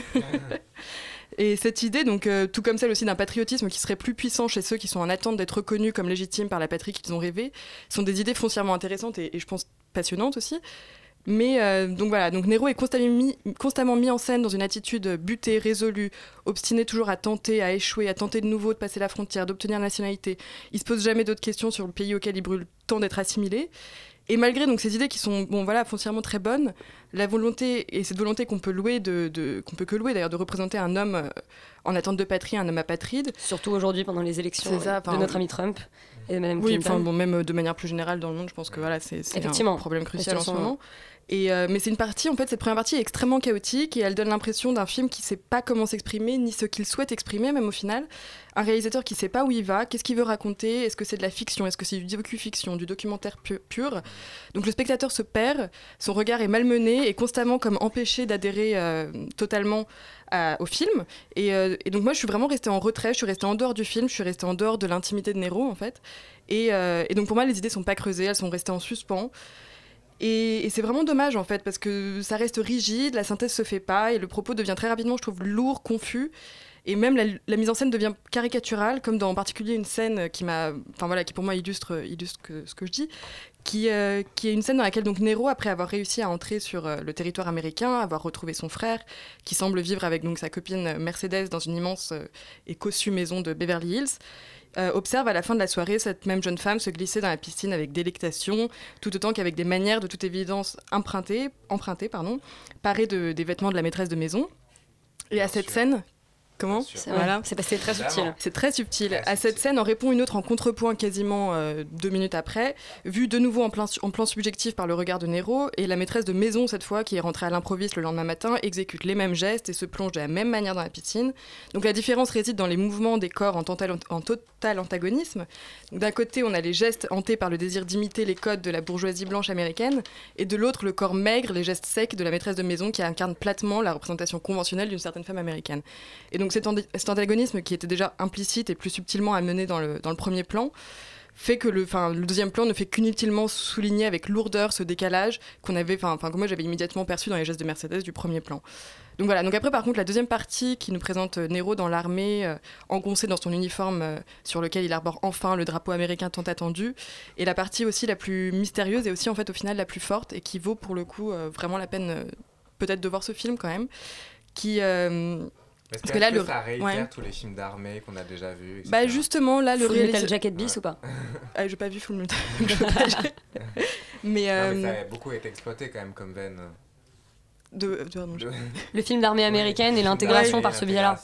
Et cette idée, donc, euh, tout comme celle aussi d'un patriotisme qui serait plus puissant chez ceux qui sont en attente d'être reconnus comme légitimes par la patrie qu'ils ont rêvé, sont des idées foncièrement intéressantes et, et je pense passionnantes aussi. Mais euh, donc voilà, donc Nero est constamment mis, constamment mis en scène dans une attitude butée, résolue, obstiné toujours à tenter, à échouer, à tenter de nouveau de passer la frontière, d'obtenir la nationalité. Il se pose jamais d'autres questions sur le pays auquel il brûle tant d'être assimilé. Et malgré donc ces idées qui sont bon voilà foncièrement très bonnes, la volonté et cette volonté qu'on peut louer de, de qu'on peut que louer d'ailleurs de représenter un homme euh, en attente de patrie, un homme apatride. Surtout aujourd'hui pendant les élections ça, de notre ami Trump et de Madame oui, Clinton. Oui, bon même de manière plus générale dans le monde, je pense que voilà c'est, c'est un problème crucial en ce moment. Et euh, mais c'est une partie, en fait, cette première partie est extrêmement chaotique et elle donne l'impression d'un film qui ne sait pas comment s'exprimer, ni ce qu'il souhaite exprimer, même au final. Un réalisateur qui ne sait pas où il va, qu'est-ce qu'il veut raconter, est-ce que c'est de la fiction, est-ce que c'est du docu-fiction, du documentaire pu- pur. Donc le spectateur se perd, son regard est malmené et constamment comme empêché d'adhérer euh, totalement à, au film. Et, euh, et donc moi, je suis vraiment restée en retrait, je suis restée en dehors du film, je suis restée en dehors de l'intimité de Nero, en fait. Et, euh, et donc pour moi, les idées ne sont pas creusées, elles sont restées en suspens. Et, et c'est vraiment dommage en fait parce que ça reste rigide, la synthèse se fait pas et le propos devient très rapidement, je trouve, lourd, confus et même la, la mise en scène devient caricaturale, comme dans en particulier une scène qui m'a, enfin voilà, qui pour moi illustre, illustre que, ce que je dis, qui, euh, qui est une scène dans laquelle donc Nero, après avoir réussi à entrer sur euh, le territoire américain, avoir retrouvé son frère, qui semble vivre avec donc sa copine Mercedes dans une immense euh, et cossue maison de Beverly Hills. Euh, observe à la fin de la soirée cette même jeune femme se glisser dans la piscine avec délectation, tout autant qu'avec des manières de toute évidence empruntées, empruntées, pardon, parées de, des vêtements de la maîtresse de maison. Et à cette scène... Comment ? C'est, voilà. c'est, c'est très subtil. C'est très subtil. Très à cette scène, en répond une autre en contrepoint quasiment euh, deux minutes après, vue de nouveau en, plein, en plan subjectif par le regard de Nero, et la maîtresse de maison, cette fois, qui est rentrée à l'improviste le lendemain matin, exécute les mêmes gestes et se plonge de la même manière dans la piscine. Donc la différence réside dans les mouvements des corps en total, en total antagonisme. Donc, d'un côté, on a les gestes hantés par le désir d'imiter les codes de la bourgeoisie blanche américaine, et de l'autre, le corps maigre, les gestes secs de la maîtresse de maison qui incarne platement la représentation conventionnelle d'une certaine femme américaine. Et donc cet, andi- cet antagonisme qui était déjà implicite et plus subtilement amené dans le, dans le premier plan fait que le, le deuxième plan ne fait qu'inutilement souligner avec lourdeur ce décalage qu'on avait, que moi j'avais immédiatement perçu dans les gestes de Mercedes du premier plan. Donc voilà, donc après par contre la deuxième partie qui nous présente Nero dans l'armée, euh, engoncé dans son uniforme euh, sur lequel il arbore enfin le drapeau américain tant attendu, est la partie aussi la plus mystérieuse et aussi en fait au final la plus forte et qui vaut pour le coup euh, vraiment la peine euh, peut-être de voir ce film quand même, qui... Euh, Parce que, que là, que le... ça réitère ouais. tous les films d'armée qu'on a déjà vus, et cetera. Bah justement, là, le Full réalisateur... Metal Jacket Bis ouais. ou pas ah, j'ai pas vu Full Metal Jacket. mais, euh... non, mais ça a beaucoup été exploité quand même comme veine. De, de, pardon, je... Le film d'armée américaine ouais, et l'intégration par ce biais-là.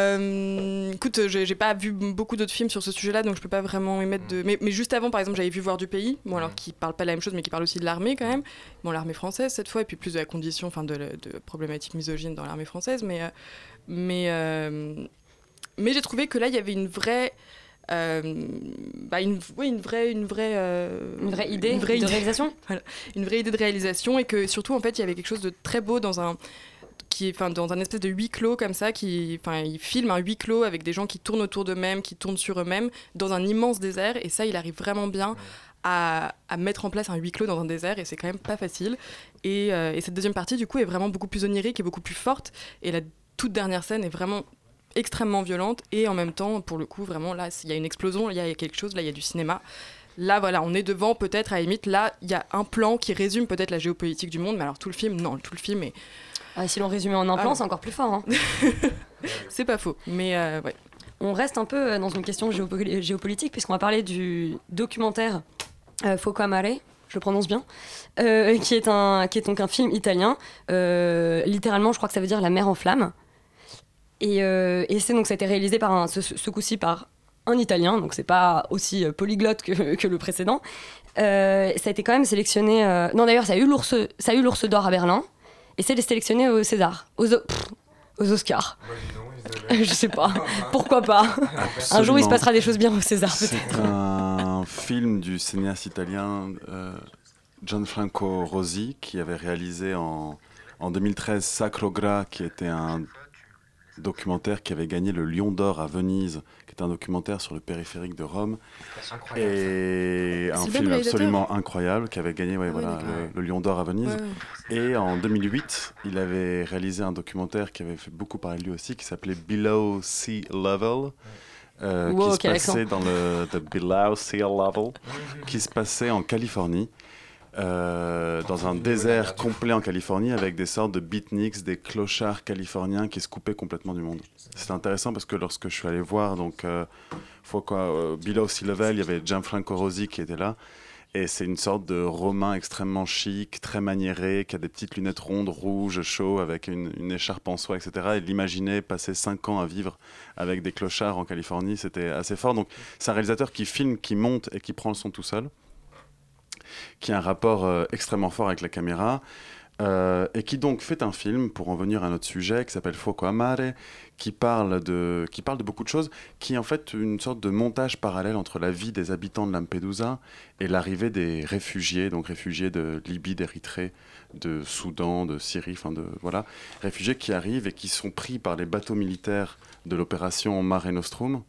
Euh, écoute, j'ai, j'ai pas vu beaucoup d'autres films sur ce sujet-là, donc je peux pas vraiment émettre mm. de... Mais, mais juste avant, par exemple, j'avais vu Voir du pays, bon, alors mm. qui parle pas de la même chose, mais qui parle aussi de l'armée quand même. Bon, l'armée française cette fois, et puis plus de la condition, enfin de, de problématiques misogynes dans l'armée française, mais... Euh, mais, euh, mais j'ai trouvé que là, il y avait une vraie... Euh, bah une, oui, une vraie, une vraie, euh, une vraie idée une vraie de idée. réalisation. Voilà, une vraie idée de réalisation et que surtout en fait il y avait quelque chose de très beau dans un qui est enfin dans un espèce de huis clos comme ça, qui enfin il filme un huis clos avec des gens qui tournent autour d'eux-mêmes, qui tournent sur eux-mêmes dans un immense désert, et ça il arrive vraiment bien à, à mettre en place un huis clos dans un désert, et c'est quand même pas facile. Et, euh, et cette deuxième partie du coup est vraiment beaucoup plus onirique et beaucoup plus forte, et la toute dernière scène est vraiment extrêmement violente, et en même temps pour le coup vraiment là il y a une explosion, il y a quelque chose, là il y a du cinéma. Là, voilà, on est devant, peut-être, à la limite, là, il y a un plan qui résume peut-être la géopolitique du monde, mais alors tout le film, non, tout le film est... Ah, si l'on résumait en un plan, ah, c'est encore plus fort. Hein. C'est pas faux, mais euh, ouais. On reste un peu dans une question géopo- géopolitique, puisqu'on va parler du documentaire euh, Fuoco a Mare, je le prononce bien, euh, qui, est un, qui est donc un film italien. Euh, littéralement, je crois que ça veut dire la mer en flammes. Et, euh, et c'est donc, ça a été réalisé par un, ce, ce coup-ci par un Italien, donc c'est pas aussi euh, polyglotte que, que le précédent. Euh, ça a été quand même sélectionné... Euh... Non, d'ailleurs, ça a eu l'ours, ça a eu l'ours d'or à Berlin, et c'est sélectionné au César, aux, o... Pff, aux Oscars. Je sais pas, pourquoi pas. Absolument. Un jour, il se passera des choses bien au César, peut-être. C'est un film du cinéaste italien euh, Gianfranco Rosi, qui avait réalisé en, en deux mille treize Sacro Gra, qui était un documentaire qui avait gagné le Lion d'Or à Venise, qui est un documentaire sur le périphérique de Rome, et un film absolument incroyable qui avait gagné ouais, ouais, voilà, le, le Lion d'Or à Venise. Ouais. Et en deux mille huit, il avait réalisé un documentaire qui avait fait beaucoup parler de lui aussi, qui s'appelait Below Sea Level. Euh, wow, qui se passait accent. dans le the Below Sea Level, qui se passait en Californie. Euh, dans un désert complet en Californie, avec des sortes de beatniks, des clochards californiens qui se coupaient complètement du monde. C'était intéressant parce que lorsque je suis allé voir donc euh, faut quoi, euh, Below Sea Level, il y avait Gianfranco Rosi qui était là, et c'est une sorte de Romain extrêmement chic, très maniéré, qui a des petites lunettes rondes, rouges, chauds, avec une, une écharpe en soie, et cetera. Et l'imaginer passer cinq ans à vivre avec des clochards en Californie, c'était assez fort. Donc c'est un réalisateur qui filme, qui monte et qui prend le son tout seul, qui a un rapport euh, extrêmement fort avec la caméra, euh, et qui donc fait un film, pour en venir à notre sujet, qui s'appelle Fuoco a Mare, qui parle, de, qui parle de beaucoup de choses, qui est en fait une sorte de montage parallèle entre la vie des habitants de Lampedusa et l'arrivée des réfugiés, donc réfugiés de Libye, d'Érythrée, de Soudan, de Syrie, enfin de voilà, réfugiés qui arrivent et qui sont pris par les bateaux militaires de l'opération Mare Nostrum,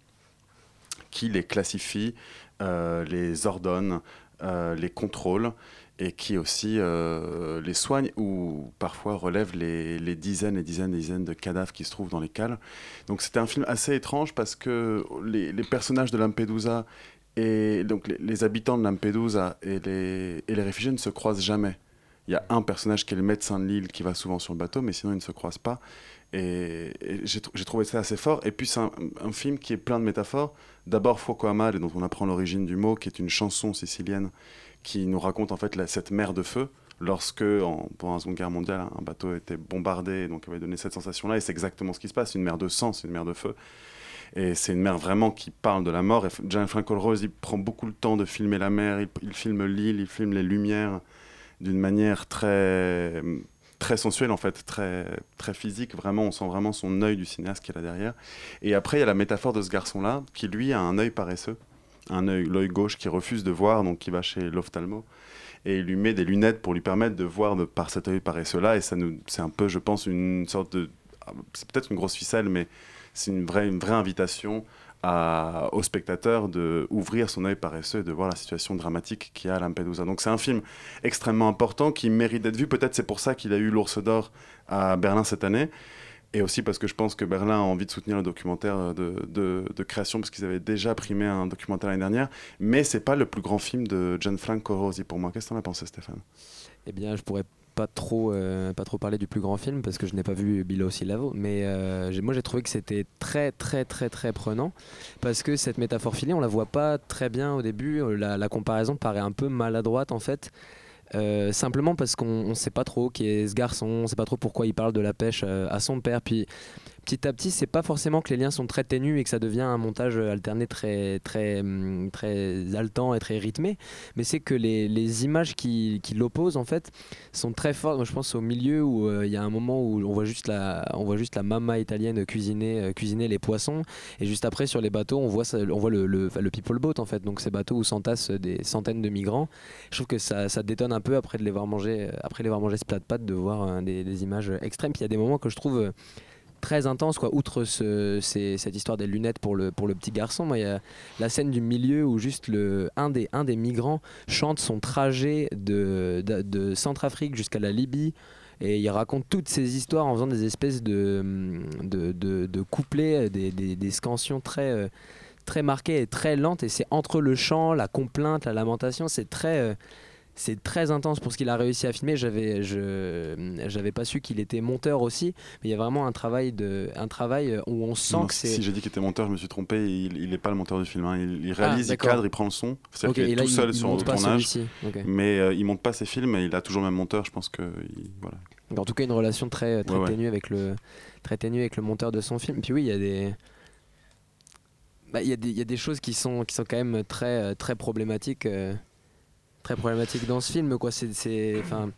qui les classifient, euh, les ordonnent, Euh, les contrôles, et qui aussi euh, les soigne, ou parfois relève les, les dizaines et dizaines et dizaines de cadavres qui se trouvent dans les cales. Donc c'était un film assez étrange parce que les, les personnages de Lampedusa et donc les, les habitants de Lampedusa et les, et les réfugiés ne se croisent jamais. Il y a un personnage qui est le médecin de l'île qui va souvent sur le bateau, mais sinon ils ne se croisent pas. Et, et j'ai, j'ai trouvé ça assez fort. Et puis c'est un, un film qui est plein de métaphores. D'abord Fuoco a Mare, dont on apprend l'origine du mot, qui est une chanson sicilienne qui nous raconte en fait la, cette mer de feu. Lorsque, en, pendant la Seconde Guerre mondiale, un bateau était bombardé, et donc avait donné cette sensation-là. Et c'est exactement ce qui se passe. C'est une mer de sang, c'est une mer de feu. Et c'est une mer vraiment qui parle de la mort. Et Gianfranco Rosi, il prend beaucoup le temps de filmer la mer. Il, il filme l'île, il filme les lumières d'une manière très... très sensuel en fait, très, très physique, vraiment, on sent vraiment son œil du cinéaste qui est là derrière. Et après il y a la métaphore de ce garçon-là, qui lui a un œil paresseux, un œil, l'œil gauche qui refuse de voir, donc qui va chez l'ophtalmo, et il lui met des lunettes pour lui permettre de voir de, par cet œil paresseux-là, et ça nous, c'est un peu, je pense, une sorte de... c'est peut-être une grosse ficelle, mais c'est une vraie, une vraie invitation à, aux spectateurs d'ouvrir son œil paresseux et de voir la situation dramatique qu'il y a à Lampedusa. Donc c'est un film extrêmement important qui mérite d'être vu. Peut-être c'est pour ça qu'il a eu l'Ours d'Or à Berlin cette année. Et aussi parce que je pense que Berlin a envie de soutenir le documentaire de, de, de création, parce qu'ils avaient déjà primé un documentaire l'année dernière. Mais c'est pas le plus grand film de Gianfranco Rosi pour moi. Qu'est-ce que t'en as pensé, Stéphane ? Eh bien, je pourrais pas trop, euh, pas trop parler du plus grand film parce que je n'ai pas vu Below Sea Level, mais euh, j'ai, moi j'ai trouvé que c'était très très très très prenant parce que cette métaphore filée on la voit pas très bien au début, la, la comparaison paraît un peu maladroite en fait, euh, simplement parce qu'on ne sait pas trop qui est ce garçon, on ne sait pas trop pourquoi il parle de la pêche euh, à son père, puis petit à petit, c'est pas forcément que les liens sont très ténus et que ça devient un montage alterné très, très, très haletant et très rythmé, mais c'est que les, les images qui, qui l'opposent en fait sont très fortes. Moi, je pense au milieu où il euh, y a un moment où on voit juste la, on voit juste la mama italienne cuisiner, euh, cuisiner les poissons, et juste après sur les bateaux, on voit, ça, on voit le, le, le people boat en fait, donc ces bateaux où s'entassent des centaines de migrants. Je trouve que ça, ça détonne un peu après de les voir manger, après les voir manger ce plat de pâtes, de voir euh, des, des images extrêmes. Puis il y a des moments que je trouve euh, très intense, quoi. Outre ce, c'est, cette histoire des lunettes pour le, pour le petit garçon, il y a la scène du milieu où juste le, un, des, un des migrants chante son trajet de, de, de Centrafrique jusqu'à la Libye, et il raconte toutes ces histoires en faisant des espèces de, de, de, de couplets, des, des, des scansions très, très marquées et très lentes, et c'est entre le chant, la complainte, la lamentation, c'est très... Euh, c'est très intense pour ce qu'il a réussi à filmer. J'avais, je, j'avais pas su qu'il était monteur aussi, mais il y a vraiment un travail, de, un travail où on sent non, que c'est... Si j'ai dit qu'il était monteur, je me suis trompé, il n'est pas le monteur du film. Hein. Il, il réalise, ah, il cadre, il prend le son. C'est-à-dire okay, qu'il est là, tout seul il, sur il le tournage, okay. mais euh, il monte pas ses films et il a toujours le même monteur, je pense que... Il, voilà. En tout cas, une relation très, très, ouais, ténue ouais. Avec le, très ténue avec le monteur de son film. Puis oui, il y a des... Bah, il y a des, il y a des choses qui sont, qui sont quand même très, très problématiques... Euh... très problématique dans ce film, quoi. C'est, c'est, enfin.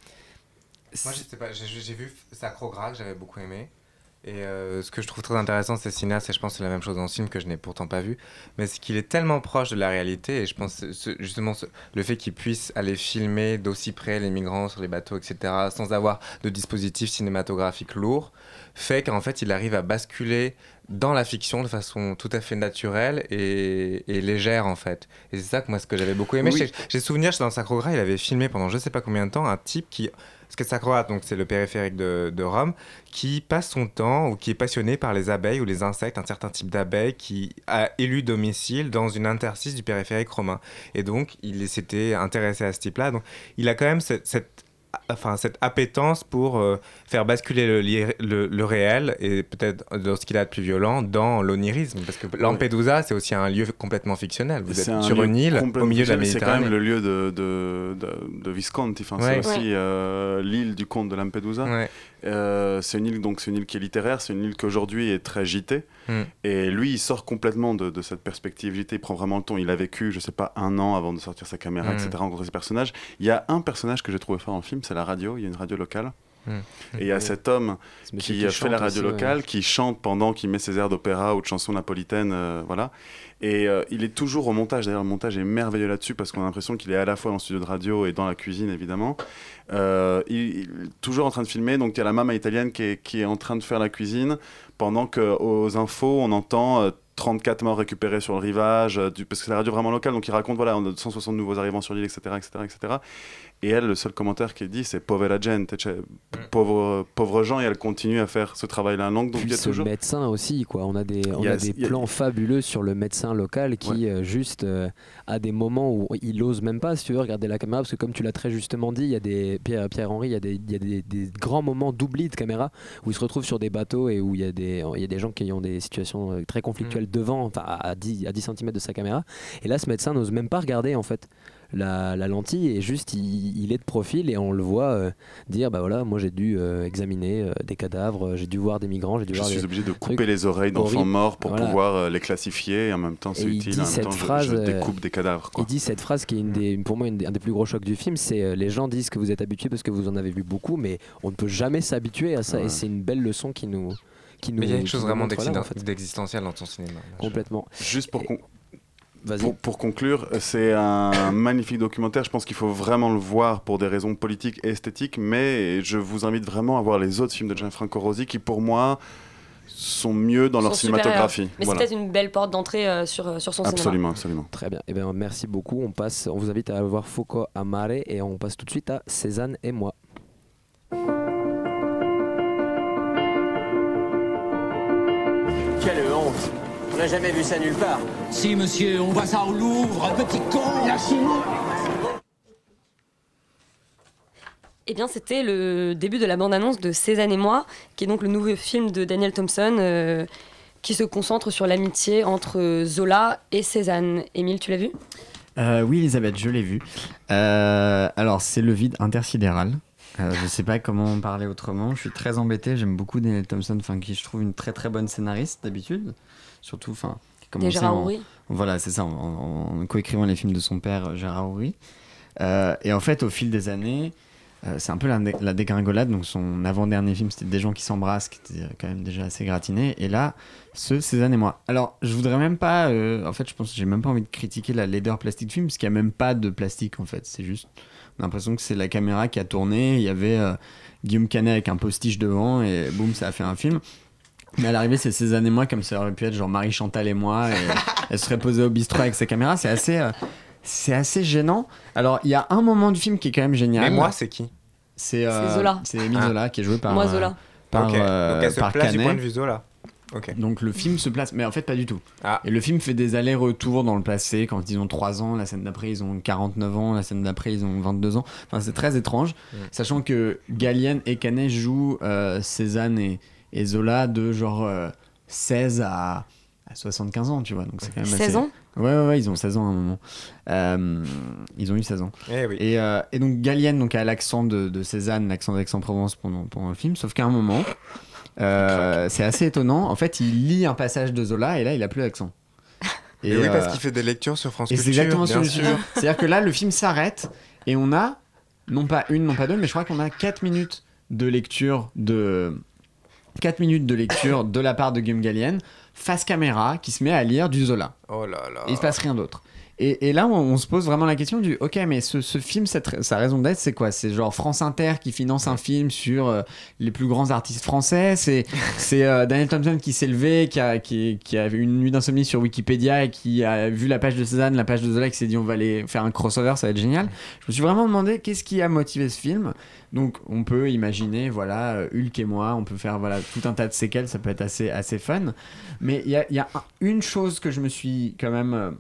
Moi, je sais pas. J'ai, j'ai vu Sacro-Gras que j'avais beaucoup aimé. Et euh, ce que je trouve très intéressant, c'est cinéaste, et je pense que c'est la même chose dans ce film que je n'ai pourtant pas vu, mais c'est qu'il est tellement proche de la réalité, et je pense ce, justement ce, le fait qu'il puisse aller filmer d'aussi près les migrants sur les bateaux, et cetera, sans avoir de dispositif cinématographique lourd, fait qu'en fait il arrive à basculer dans la fiction de façon tout à fait naturelle et, et légère en fait. Et c'est ça que moi ce que j'avais beaucoup aimé. Oui. J'ai, j'ai souvenir, dans Sacro-Gras, il avait filmé pendant je sais pas combien de temps un type qui... Parce que Sacro-Gras, donc c'est le périphérique de, de Rome, qui passe son temps ou qui est passionné par les abeilles ou les insectes, un certain type d'abeilles qui a élu domicile dans une interstice du périphérique romain. Et donc, il s'était intéressé à ce type-là. Donc, il a quand même cette, cette, enfin, cette appétence pour euh, faire basculer le, le, le réel, et peut-être dans ce qu'il a de plus violent, dans l'onirisme. Parce que Lampedusa, ouais. c'est aussi un lieu complètement fictionnel. Vous c'est êtes sur une île au milieu de la Méditerranée. C'est quand même le lieu de, de, de, de Visconti. Enfin, ouais. C'est aussi ouais. euh, l'île du comte de Lampedusa. Ouais. Euh, c'est une île, donc c'est une île qui est littéraire, c'est une île qui aujourd'hui est très gitée. Mm. Et lui, il sort complètement de, de cette perspective gitée. Il prend vraiment le ton. Il a vécu, je sais pas, un an avant de sortir sa caméra, mm. et cetera, rencontrer ses personnages. Il y a un personnage que j'ai trouvé fort dans le film, c'est la radio. Il y a une radio locale. Mmh. Et il y a cet homme qui, qui fait la radio aussi, locale, ouais. qui chante pendant qu'il met ses airs d'opéra ou de chansons napolitaines, euh, voilà. Et euh, il est toujours au montage. D'ailleurs, le montage est merveilleux là-dessus parce qu'on a l'impression qu'il est à la fois dans le studio de radio et dans la cuisine, évidemment. Euh, il, il est toujours en train de filmer. Donc, il y a la maman italienne qui est, qui est en train de faire la cuisine pendant qu'aux infos, on entend euh, trente-quatre morts récupérés sur le rivage, euh, du, parce que c'est la radio vraiment locale. Donc, il raconte, voilà, on a cent soixante nouveaux arrivants sur l'île, et cetera, et cetera, et cetera. Et elle, le seul commentaire qu'elle dit, c'est povera gente, pauvre, pauvre gens, et elle continue à faire ce travail-là en langue. Donc puis il y a ce toujours... médecin aussi, quoi. On a des, on a, a des plans a... fabuleux sur le médecin local qui, ouais. euh, juste, euh, a des moments où il n'ose même pas, si tu veux, regarder la caméra, parce que comme tu l'as très justement dit, il y a des, Pierre, Pierre-Henri, il y a, des, il y a des, des grands moments d'oubli de caméra où il se retrouve sur des bateaux et où il y a des, il y a des gens qui ont des situations très conflictuelles mmh. devant, enfin, à dix centimètres de sa caméra. Et là, ce médecin n'ose même pas regarder, en fait. La, la lentille, et juste il, il est de profil et on le voit euh, dire bah voilà, moi j'ai dû euh, examiner euh, des cadavres, j'ai dû voir des migrants, j'ai dû je voir suis des obligé de couper les oreilles d'enfants morts pour voilà. pouvoir euh, les classifier, et en même temps c'est et utile, en même temps phrase, je, je découpe des cadavres, quoi. Il dit cette phrase qui est une des, pour moi une des, un des plus gros chocs du film, c'est euh, les gens disent que vous êtes habitués parce que vous en avez vu beaucoup, mais on ne peut jamais s'habituer à ça, ouais. Et c'est une belle leçon qui nous, qui nous mais il y a une chose vraiment là, en fait. d'existentielle dans ton cinéma là, complètement je... juste pour qu'on Pour, pour conclure, c'est un magnifique documentaire. Je pense qu'il faut vraiment le voir pour des raisons politiques et esthétiques, mais je vous invite vraiment à voir les autres films de Gianfranco Rosi qui, pour moi, sont mieux dans sont leur cinématographie. Mais voilà. C'est peut-être une belle porte d'entrée euh, sur, sur son absolument, cinéma. Absolument, très bien. Eh bien, merci beaucoup. On, passe, on vous invite à voir Fuoco a Mare et on passe tout de suite à Cézanne et moi. Quelle honte! On n'a jamais vu ça nulle part. Si, monsieur, on voit ça au Louvre, petit con, lâchez-moi. Eh bien, c'était le début de la bande-annonce de Cézanne et moi, qui est donc le nouveau film de Daniel Thompson, euh, qui se concentre sur l'amitié entre Zola et Cézanne. Émile, tu l'as vu ? euh, Oui, Elisabeth, je l'ai vu. Euh, alors, c'est le vide intersidéral. Euh, je sais pas comment en parler autrement. Je suis très embêté. J'aime beaucoup Daniel Thompson, enfin qui je trouve une très très bonne scénariste d'habitude. Surtout, enfin. Des Gérard Houry. Voilà, c'est ça, en, en, en coécrivant les films de son père Gérard Houry. Euh, et en fait, au fil des années, euh, c'est un peu la, la dégringolade. Donc son avant-dernier film, c'était Des gens qui s'embrassent, qui était quand même déjà assez gratiné. Et là, ce Cézanne et moi. Alors, je voudrais même pas. Euh, en fait, je pense que j'ai même pas envie de critiquer la laideur plastique du film, parce qu'il y a même pas de plastique en fait. C'est juste. On a l'impression que c'est la caméra qui a tourné. Il y avait euh, Guillaume Canet avec un postiche devant et boum, ça a fait un film. Mais à l'arrivée, c'est Cézanne et moi, comme ça aurait pu être genre Marie Chantal et moi. Et elle serait posée au bistrot avec sa caméra. C'est assez, euh, c'est assez gênant. Alors, il y a un moment du film qui est quand même génial. Mais moi, c'est qui ? C'est, euh, c'est Zola. C'est Émile Zola, qui est joué par. Moi, Zola. Euh, par, okay. euh, Donc elle se par place Canet. du point de vue Zola. Okay. Donc le film se place, mais en fait pas du tout. Ah. Et le film fait des allers-retours dans le passé. Quand ils ont trois ans, la scène d'après ils ont quarante-neuf ans, la scène d'après ils ont vingt-deux ans. Enfin c'est très étrange, mm. sachant que Gallienne et Canet jouent euh, Cézanne et, et Zola de genre euh, seize à, à soixante-quinze ans, tu vois. Donc c'est quand même seize assez... ans Ouais, ouais, ouais, ils ont seize ans à un moment. Euh, ils ont eu seize ans. Eh oui. Et, euh, et donc Gallienne donc, a l'accent de, de Cézanne, l'accent d'Aix-en-Provence pendant, pendant le film, sauf qu'à un moment. Euh, c'est assez étonnant. En fait, il lit un passage de Zola et là, il a plus l'accent. Et, et oui, euh... parce qu'il fait des lectures sur France et Culture. C'est exactement bien sûr. sûr. C'est-à-dire que là, le film s'arrête et on a non pas une, non pas deux, mais je crois qu'on a quatre minutes de lecture de quatre minutes de lecture de la part de Guillaume Gallienne face caméra qui se met à lire du Zola. Oh là là. Et il se passe rien d'autre. Et, et là, on, on se pose vraiment la question du ok, mais ce, ce film, cette, sa raison d'être, c'est quoi ? C'est genre France Inter qui finance un film sur euh, les plus grands artistes français. C'est, c'est euh, Daniel Thompson qui s'est levé, qui a, qui, qui a eu une nuit d'insomnie sur Wikipédia et qui a vu la page de Cézanne, la page de Zola, qui s'est dit on va aller faire un crossover, ça va être génial. Je me suis vraiment demandé qu'est-ce qui a motivé ce film. Donc on peut imaginer, voilà, Hulk et moi, on peut faire voilà tout un tas de séquelles, ça peut être assez, assez fun. Mais il y a, y a un, une chose que je me suis quand même euh,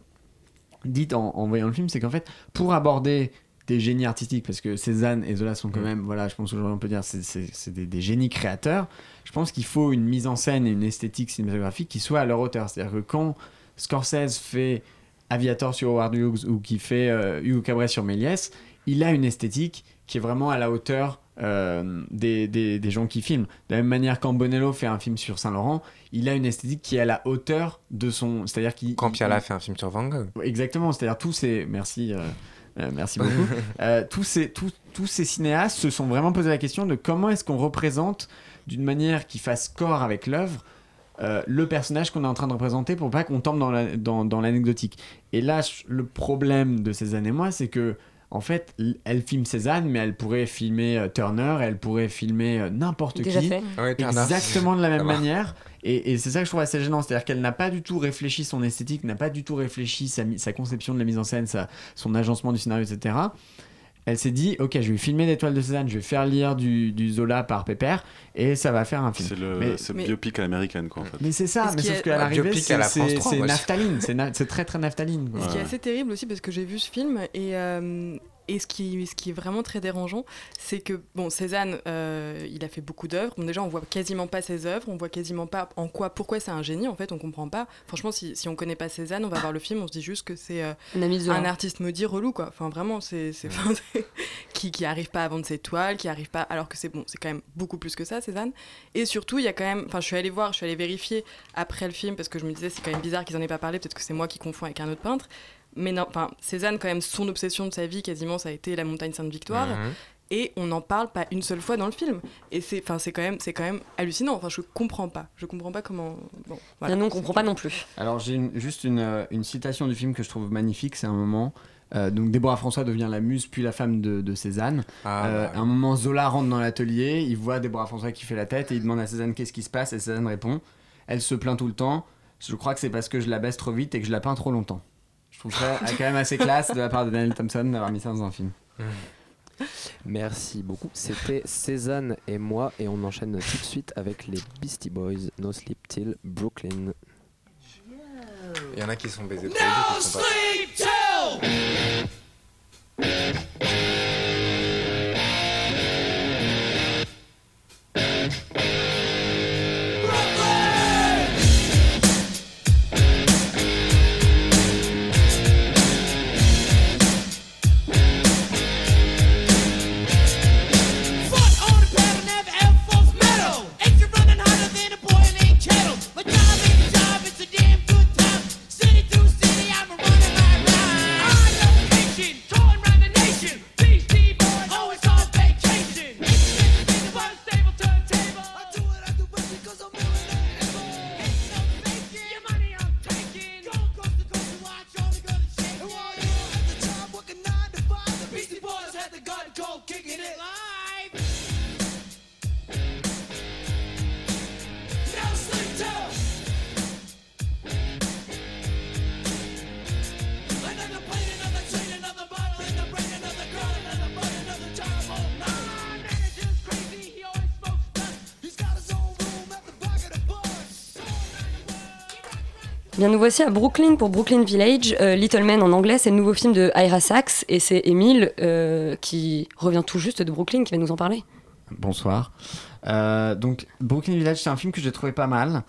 dite en, en voyant le film, c'est qu'en fait, pour aborder des génies artistiques, parce que Cézanne et Zola sont quand même, voilà, je pense qu'aujourd'hui on peut dire, c'est, c'est, c'est des, des génies créateurs, je pense qu'il faut une mise en scène et une esthétique cinématographique qui soit à leur hauteur. C'est-à-dire que quand Scorsese fait Aviator sur Howard Hughes ou qui fait euh, Hugo Cabret sur Méliès, il a une esthétique qui est vraiment à la hauteur euh, des, des, des gens qui filment. De la même manière, quand Bonello fait un film sur Saint-Laurent, il a une esthétique qui est à la hauteur de son... C'est-à-dire qu'il, quand Piala il... fait un film sur Van Gogh. Exactement, c'est-à-dire tous ces... Merci, euh, euh, merci beaucoup. euh, tous, ces, tous, tous ces cinéastes se sont vraiment posé la question de comment est-ce qu'on représente d'une manière qui fasse corps avec l'œuvre Euh, le personnage qu'on est en train de représenter pour pas qu'on tombe dans, la, dans, dans l'anecdotique. Et là, le problème de Cézanne et moi, c'est que en fait, elle filme Cézanne, mais elle pourrait filmer euh, Turner, elle pourrait filmer euh, n'importe Déjà qui, fait. Ouais, exactement de la même Ça manière. Et, et c'est ça que je trouve assez gênant, c'est-à-dire qu'elle n'a pas du tout réfléchi son esthétique, n'a pas du tout réfléchi sa, sa conception de la mise en scène, sa, son agencement du scénario, et cetera. Elle s'est dit, ok, je vais filmer l'étoile de Cézanne, je vais faire lire du, du Zola par Pépère, et ça va faire un film. C'est le, mais, c'est mais, le biopic à l'américaine, quoi, en fait. Mais c'est ça, mais sauf a... qu'à l'arrivée, c'est, la c'est, trois, c'est moi, naphtaline, c'est, na- c'est très très naphtaline. Ce qui est assez terrible aussi, parce que j'ai vu ce film, et... Euh... Et ce qui, ce qui est vraiment très dérangeant, c'est que, bon, Cézanne, euh, il a fait beaucoup d'œuvres. Bon, déjà, on voit quasiment pas ses œuvres, on voit quasiment pas en quoi, pourquoi c'est un génie, en fait, on comprend pas. Franchement, si, si on connaît pas Cézanne, on va voir le film, on se dit juste que c'est euh, un artiste maudit relou, quoi. Enfin, vraiment, c'est, c'est, enfin, c'est qui, qui arrive pas à vendre ses toiles, qui arrive pas, alors que c'est bon, c'est quand même beaucoup plus que ça, Cézanne. Et surtout, il y a quand même, enfin, je suis allée voir, je suis allée vérifier après le film, parce que je me disais, c'est quand même bizarre qu'ils en aient pas parlé, peut-être que c'est moi qui confonds avec un autre peintre. Mais non, enfin, Cézanne, quand même, son obsession de sa vie, quasiment, ça a été la montagne Sainte-Victoire. Mmh. Et on n'en parle pas une seule fois dans le film. Et c'est, enfin, c'est quand même, c'est quand même hallucinant. Enfin, je comprends pas. Je comprends pas comment. Bon, voilà. Non, on comprend pas non plus. Alors, j'ai une, juste une, une citation du film que je trouve magnifique. C'est un moment. Euh, donc, Déborah François devient la muse puis la femme de, de Cézanne. Ah, euh, ouais. À un moment, Zola rentre dans l'atelier. Il voit Déborah François qui fait la tête et il demande à Cézanne qu'est-ce qui se passe. Et Cézanne répond. Elle se plaint tout le temps. Je crois que c'est parce que je la baisse trop vite et que je la peins trop longtemps. Je trouve ça quand même assez classe de la part de Daniel Thompson d'avoir mis ça dans un film. Merci beaucoup. C'était Cézanne et moi et on enchaîne tout de suite avec les Beastie Boys, No Sleep Till Brooklyn. Il y en a qui sont baisés pour les autres qui sont pas. Bien, nous voici à Brooklyn pour Brooklyn Village. Euh, Little Men en anglais, c'est le nouveau film de Ira Sachs et c'est Émile euh, qui revient tout juste de Brooklyn qui va nous en parler. Bonsoir. Euh, donc Brooklyn Village, c'est un film que j'ai trouvé pas mal.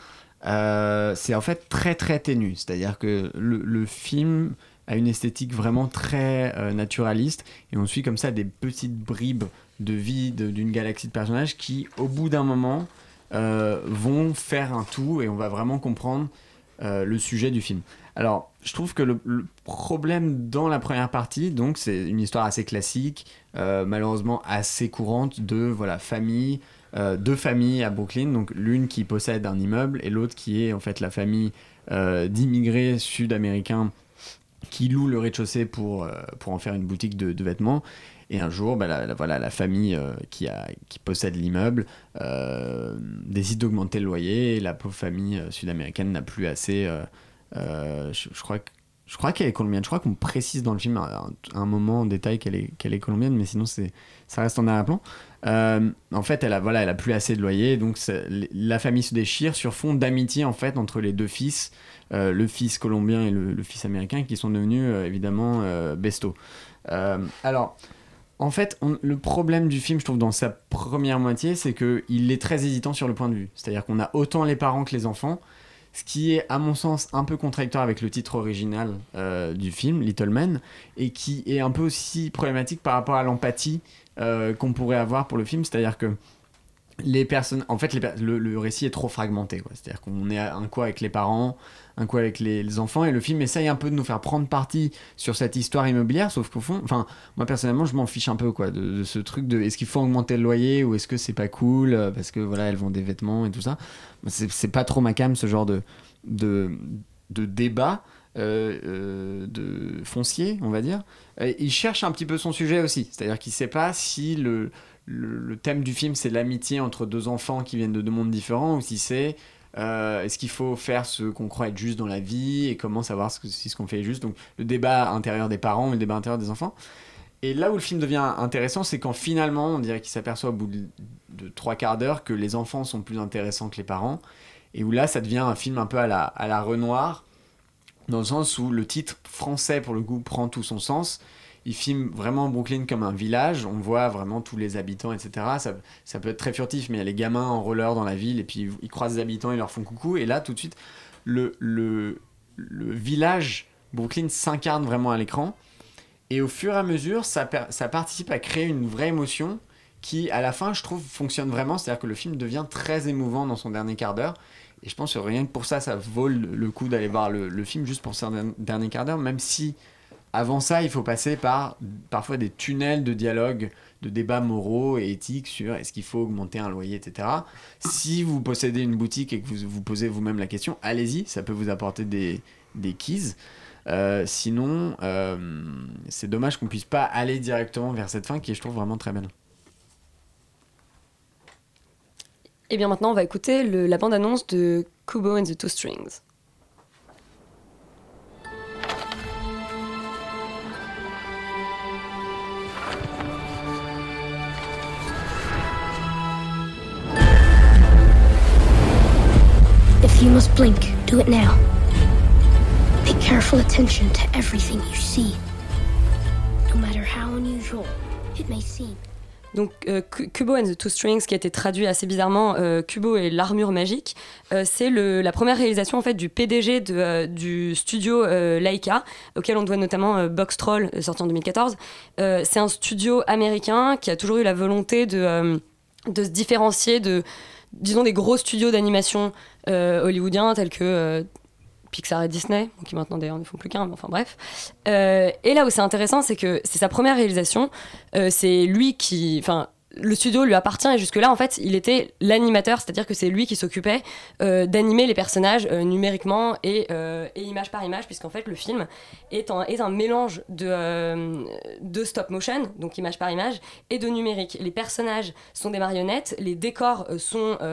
Euh, c'est en fait très très ténu, c'est-à-dire que le, le film a une esthétique vraiment très euh, naturaliste et on suit comme ça des petites bribes de vie de, d'une galaxie de personnages qui, au bout d'un moment, euh, vont faire un tout et on va vraiment comprendre euh, le sujet du film. Alors, je trouve que le, le problème dans la première partie, donc c'est une histoire assez classique, euh, malheureusement assez courante de voilà famille, euh, deux familles à Brooklyn, donc l'une qui possède un immeuble et l'autre qui est en fait la famille euh, d'immigrés sud-américains qui louent le rez-de-chaussée pour euh, pour en faire une boutique de, de vêtements. Et un jour, bah, la, la, voilà, la famille euh, qui, a, qui possède l'immeuble euh, décide d'augmenter le loyer et la pauvre famille euh, sud-américaine n'a plus assez. Euh, euh, je, je crois que je crois qu'elle est colombienne. Je crois qu'on précise dans le film à un, un moment en détail qu'elle est, qu'elle est colombienne, mais sinon c'est, ça reste en arrière-plan. Euh, en fait, elle a, voilà, elle a plus assez de loyer, donc la famille se déchire sur fond d'amitié en fait entre les deux fils, euh, le fils colombien et le, le fils américain, qui sont devenus euh, évidemment euh, bestos. Euh, alors. En fait, on, le problème du film, je trouve, dans sa première moitié, c'est qu'il est très hésitant sur le point de vue. C'est-à-dire qu'on a autant les parents que les enfants, ce qui est, à mon sens, un peu contradictoire avec le titre original euh, du film, Little Men, et qui est un peu aussi problématique par rapport à l'empathie euh, qu'on pourrait avoir pour le film. C'est-à-dire que les personnes, en fait, les, le, le récit est trop fragmenté, quoi. C'est-à-dire qu'on est un coup avec les parents, un coup avec les, les enfants, et le film essaye un peu de nous faire prendre parti sur cette histoire immobilière, sauf qu'au fond, enfin, moi personnellement, je m'en fiche un peu, quoi, de, de ce truc de est-ce qu'il faut augmenter le loyer ou est-ce que c'est pas cool euh, parce que voilà, elles vendent des vêtements et tout ça. C'est, c'est pas trop ma came, ce genre de de, de débat. Euh, euh, de foncier, on va dire. Et il cherche un petit peu son sujet aussi, c'est-à-dire qu'il sait pas si le Le, le thème du film, c'est l'amitié entre deux enfants qui viennent de deux mondes différents, ou si c'est euh, est-ce qu'il faut faire ce qu'on croit être juste dans la vie et comment savoir ce que, si ce qu'on fait est juste. Donc le débat intérieur des parents et le débat intérieur des enfants. Et là où le film devient intéressant, c'est quand finalement on dirait qu'il s'aperçoit au bout de, de trois quarts d'heure que les enfants sont plus intéressants que les parents, et où là ça devient un film un peu à la, à la Renoir, dans le sens où le titre français pour le coup prend tout son sens. Il filme vraiment Brooklyn comme un village, on voit vraiment tous les habitants, et cetera. Ça, ça peut être très furtif, mais il y a les gamins en roller dans la ville, et puis ils croisent des habitants, ils leur font coucou, et là, tout de suite, le, le, le village Brooklyn s'incarne vraiment à l'écran, et au fur et à mesure, ça, ça participe à créer une vraie émotion qui, à la fin, je trouve, fonctionne vraiment, c'est-à-dire que le film devient très émouvant dans son dernier quart d'heure, et je pense que rien que pour ça, ça vaut le coup d'aller voir le, le film, juste pour ce dernier quart d'heure, même si... Avant ça, il faut passer par parfois des tunnels de dialogue, de débats moraux et éthiques sur est-ce qu'il faut augmenter un loyer, et cetera. Si vous possédez une boutique et que vous vous posez vous-même la question, allez-y, ça peut vous apporter des, des keys. Euh, sinon, euh, c'est dommage qu'on puisse pas aller directement vers cette fin qui est, je trouve, vraiment très belle. Et bien maintenant, on va écouter le, la bande-annonce de Kubo and the Two Strings. If you must blink, do it now. Pay careful attention to everything you see. No matter how unusual it may seem. Donc euh, Kubo and the Two Strings, qui a été traduit assez bizarrement, euh, Kubo et l'armure magique, euh, c'est le, la première réalisation en fait du P D G de, euh, du studio euh, Laika, auquel on doit notamment euh, Box Troll, sorti en deux mille quatorze. Euh, c'est un studio américain qui a toujours eu la volonté de, euh, de se différencier de, disons, des gros studios d'animation euh, hollywoodiens tels que euh, Pixar et Disney, qui maintenant d'ailleurs ne font plus qu'un, mais enfin bref. Euh, et là où c'est intéressant, c'est que c'est sa première réalisation, euh, c'est lui qui... Enfin, le studio lui appartient et jusque-là, en fait, il était l'animateur, c'est-à-dire que c'est lui qui s'occupait euh, d'animer les personnages euh, numériquement et, euh, et image par image, puisqu'en fait, le film est un, est un mélange de, euh, de stop motion, donc image par image, et de numérique. Les personnages sont des marionnettes, les décors euh, sont... Euh,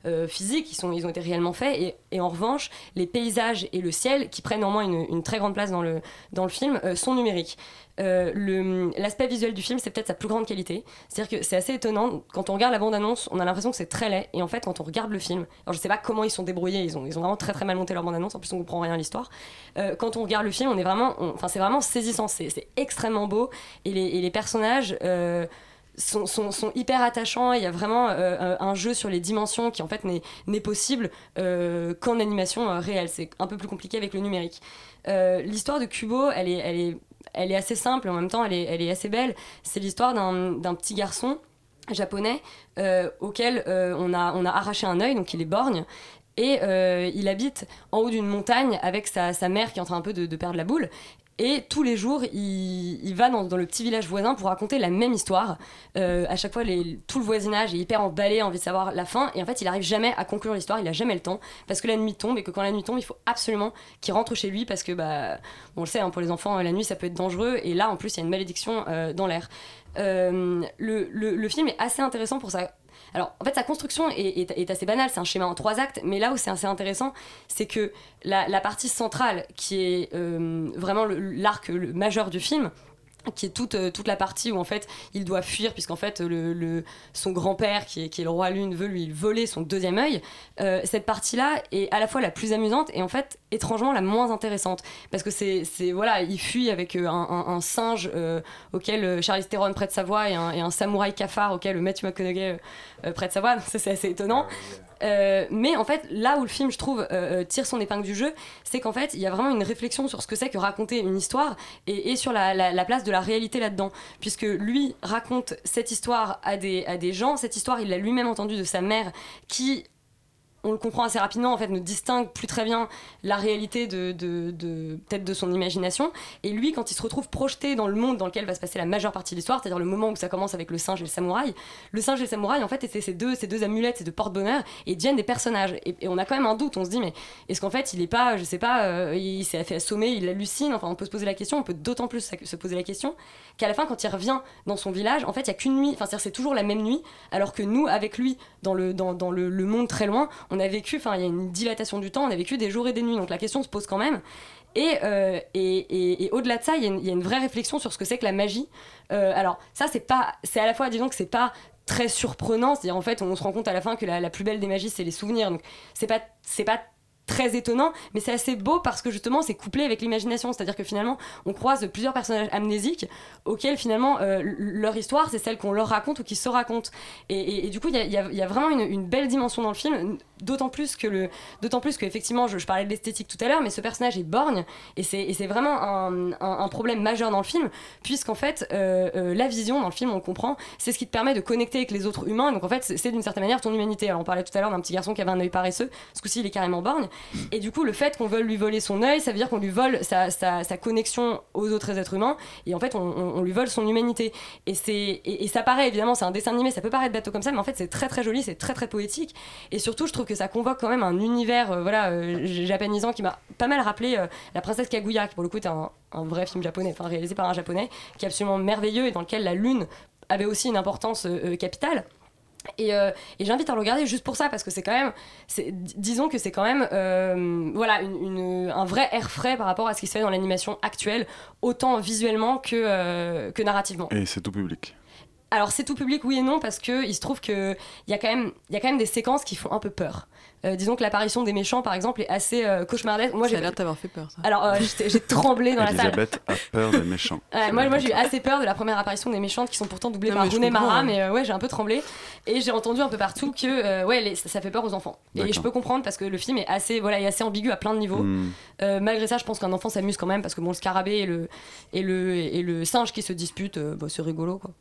euh, physiques, ils, sont, ils ont été réellement faits, et, et en revanche, les paysages et le ciel, qui prennent néanmoins une, une très grande place dans le, dans le film, euh, sont numériques. Euh, le, l'aspect visuel du film, c'est peut-être sa plus grande qualité. C'est-à-dire que c'est assez étonnant, quand on regarde la bande-annonce, on a l'impression que c'est très laid, et en fait, quand on regarde le film, alors je sais pas comment ils sont débrouillés, ils ont, ils ont vraiment très très mal monté leur bande-annonce, en plus on comprend rien à l'histoire. Euh, quand on regarde le film, on est vraiment, enfin c'est vraiment saisissant, c'est, c'est extrêmement beau, et les, et les personnages euh, sont, sont, sont hyper attachants. Il y a vraiment euh, un jeu sur les dimensions qui en fait n'est, n'est possible euh, qu'en animation euh, réelle. C'est un peu plus compliqué avec le numérique. Euh, l'histoire de Kubo, elle est, elle est Elle est assez simple, et en même temps elle est, elle est assez belle. C'est l'histoire d'un, d'un petit garçon japonais euh, auquel euh, on, a, on a arraché un œil, donc il est borgne, et euh, il habite en haut d'une montagne avec sa, sa mère qui est en train un peu de, de perdre la boule. Et tous les jours, il, il va dans, dans le petit village voisin pour raconter la même histoire. Euh, à chaque fois, les, tout le voisinage est hyper emballé, envie de savoir la fin. Et en fait, il n'arrive jamais à conclure l'histoire, il n'a jamais le temps. Parce que la nuit tombe, et que quand la nuit tombe, il faut absolument qu'il rentre chez lui. Parce que, bah, on le sait, hein, pour les enfants, la nuit, ça peut être dangereux. Et là, en plus, il y a une malédiction euh, dans l'air. Euh, le, le, le film est assez intéressant pour sa... Alors, en fait, sa construction est, est, est assez banale, c'est un schéma en trois actes, mais là où c'est assez intéressant, c'est que la, la partie centrale, qui est euh, vraiment le, l'arc le majeur du film, qui est toute, euh, toute la partie où en fait il doit fuir, puisqu'en fait le, le, son grand-père qui est, qui est le roi lune veut lui voler son deuxième œil. Euh, cette partie-là est à la fois la plus amusante et en fait étrangement la moins intéressante, parce que c'est, c'est voilà, il fuit avec un, un, un singe euh, auquel Charlize Theron prête sa voix, et un, et un samouraï cafard auquel Matthew McConaughey euh, prête sa voix. Ça, c'est assez étonnant. Euh, mais en fait, là où le film, je trouve, euh, tire son épingle du jeu, c'est qu'en fait, il y a vraiment une réflexion sur ce que c'est que raconter une histoire, et, et sur la, la, la place de la réalité là-dedans. Puisque lui raconte cette histoire à des, à des gens, cette histoire, il l'a lui-même entendue de sa mère, qui... on le comprend assez rapidement, en fait, ne distingue plus très bien la réalité de, de, de, peut-être de son imagination. Et lui, quand il se retrouve projeté dans le monde dans lequel va se passer la majeure partie de l'histoire, c'est-à-dire le moment où ça commence avec le singe et le samouraï, le singe et le samouraï, en fait, c'est ces deux, ces deux amulettes, ces deux porte-bonheur, et deviennent des personnages. Et, et on a quand même un doute, on se dit, mais est-ce qu'en fait, il est pas, je sais pas, euh, il s'est fait assommer, il hallucine, enfin, on peut se poser la question, on peut d'autant plus se poser la question qu'à la fin, quand il revient dans son village, en fait, il y a qu'une nuit, enfin, c'est-à-dire c'est toujours la même nuit, alors que nous, avec lui, dans le, dans, dans le, le monde très loin, on a vécu, enfin, il y a une dilatation du temps, on a vécu des jours et des nuits, donc la question se pose quand même. Et, euh, et, et, et au-delà de ça, il y, y a une vraie réflexion sur ce que c'est que la magie. Euh, alors ça, c'est pas, c'est à la fois, disons que c'est pas très surprenant, c'est-à-dire en fait, on se rend compte à la fin que la, la plus belle des magies, c'est les souvenirs, donc c'est pas, c'est pas très étonnant, mais c'est assez beau parce que justement c'est couplé avec l'imagination, c'est-à-dire que finalement on croise plusieurs personnages amnésiques auxquels finalement euh, leur histoire c'est celle qu'on leur raconte ou qu'ils se racontent, et, et, et du coup il y, y, y a vraiment une, une belle dimension dans le film, d'autant plus que le, d'autant plus que effectivement je, je parlais de l'esthétique tout à l'heure, mais ce personnage est borgne, et c'est, et c'est vraiment un, un, un problème majeur dans le film, puisqu'en fait euh, euh, la vision dans le film, on le comprend, c'est ce qui te permet de connecter avec les autres humains, donc en fait c'est, c'est d'une certaine manière ton humanité. Alors on parlait tout à l'heure d'un petit garçon qui avait un œil paresseux, ce coup-ci il est carrément borgne. Et du coup, le fait qu'on veuille lui voler son œil, ça veut dire qu'on lui vole sa, sa, sa connexion aux autres êtres humains, et en fait, on, on, on lui vole son humanité. Et, c'est, et, et ça paraît, évidemment, c'est un dessin animé, ça peut paraître bateau comme ça, mais en fait, c'est très très joli, c'est très très poétique. Et surtout, je trouve que ça convoque quand même un univers euh, voilà, euh, japonisant qui m'a pas mal rappelé euh, La Princesse Kaguya, qui pour le coup est un, un vrai film japonais, enfin réalisé par un japonais, qui est absolument merveilleux et dans lequel la lune avait aussi une importance euh, capitale. Et, euh, et j'invite à le regarder juste pour ça, parce que c'est quand même, c'est, disons que c'est quand même euh, voilà, une, une, un vrai air frais par rapport à ce qui se fait dans l'animation actuelle, autant visuellement que, euh, que narrativement. Et c'est tout public. Alors c'est tout public, oui et non, parce qu'il se trouve qu'il y, y a quand même des séquences qui font un peu peur. Euh, disons que l'apparition des méchants, par exemple, est assez euh, cauchemardesque. Moi, ça j'ai... a l'air de t'avoir fait peur, ça. Alors, euh, j'ai, j'ai tremblé dans la salle. Elisabeth a peur des méchants. Euh, moi, moi, j'ai eu assez peur de la première apparition des méchantes, qui sont pourtant doublées non, par Rooney Mara, hein. mais euh, ouais, j'ai un peu tremblé. Et j'ai entendu un peu partout que euh, ouais, les, ça, ça fait peur aux enfants. D'accord. Et je peux comprendre, parce que le film est assez, voilà, est assez ambigu à plein de niveaux. Mm. Euh, malgré ça, je pense qu'un enfant s'amuse quand même, parce que bon, le scarabée et le, et le, et le singe qui se disputent, euh, bah, c'est rigolo, quoi.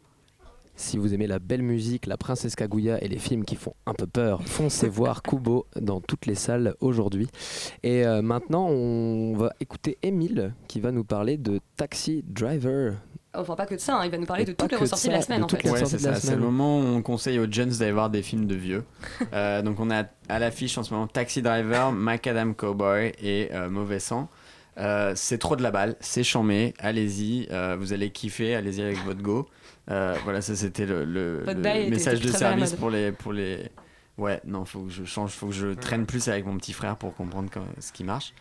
Si vous aimez la belle musique, la Princesse Kaguya et les films qui font un peu peur, foncez voir Kubo dans toutes les salles aujourd'hui. Et euh, maintenant, on va écouter Émile qui va nous parler de Taxi Driver. Enfin, pas que de ça, hein. Il va nous parler et de toutes les ressorties de, de la semaine, en fait. Ouais, c'est ça. C'est le moment où on conseille aux jeunes d'aller voir des films de vieux. euh, donc, on a à l'affiche en ce moment Taxi Driver, Macadam Cowboy et euh, Mauvais Sang. Euh, c'est trop de la balle, c'est chambé, allez-y, euh, vous allez kiffer, allez-y avec votre go. Euh, voilà, ça c'était le, le, le message de service pour les, pour les Ouais, non, faut que je change, faut que je traîne plus avec mon petit frère pour comprendre ce qui marche.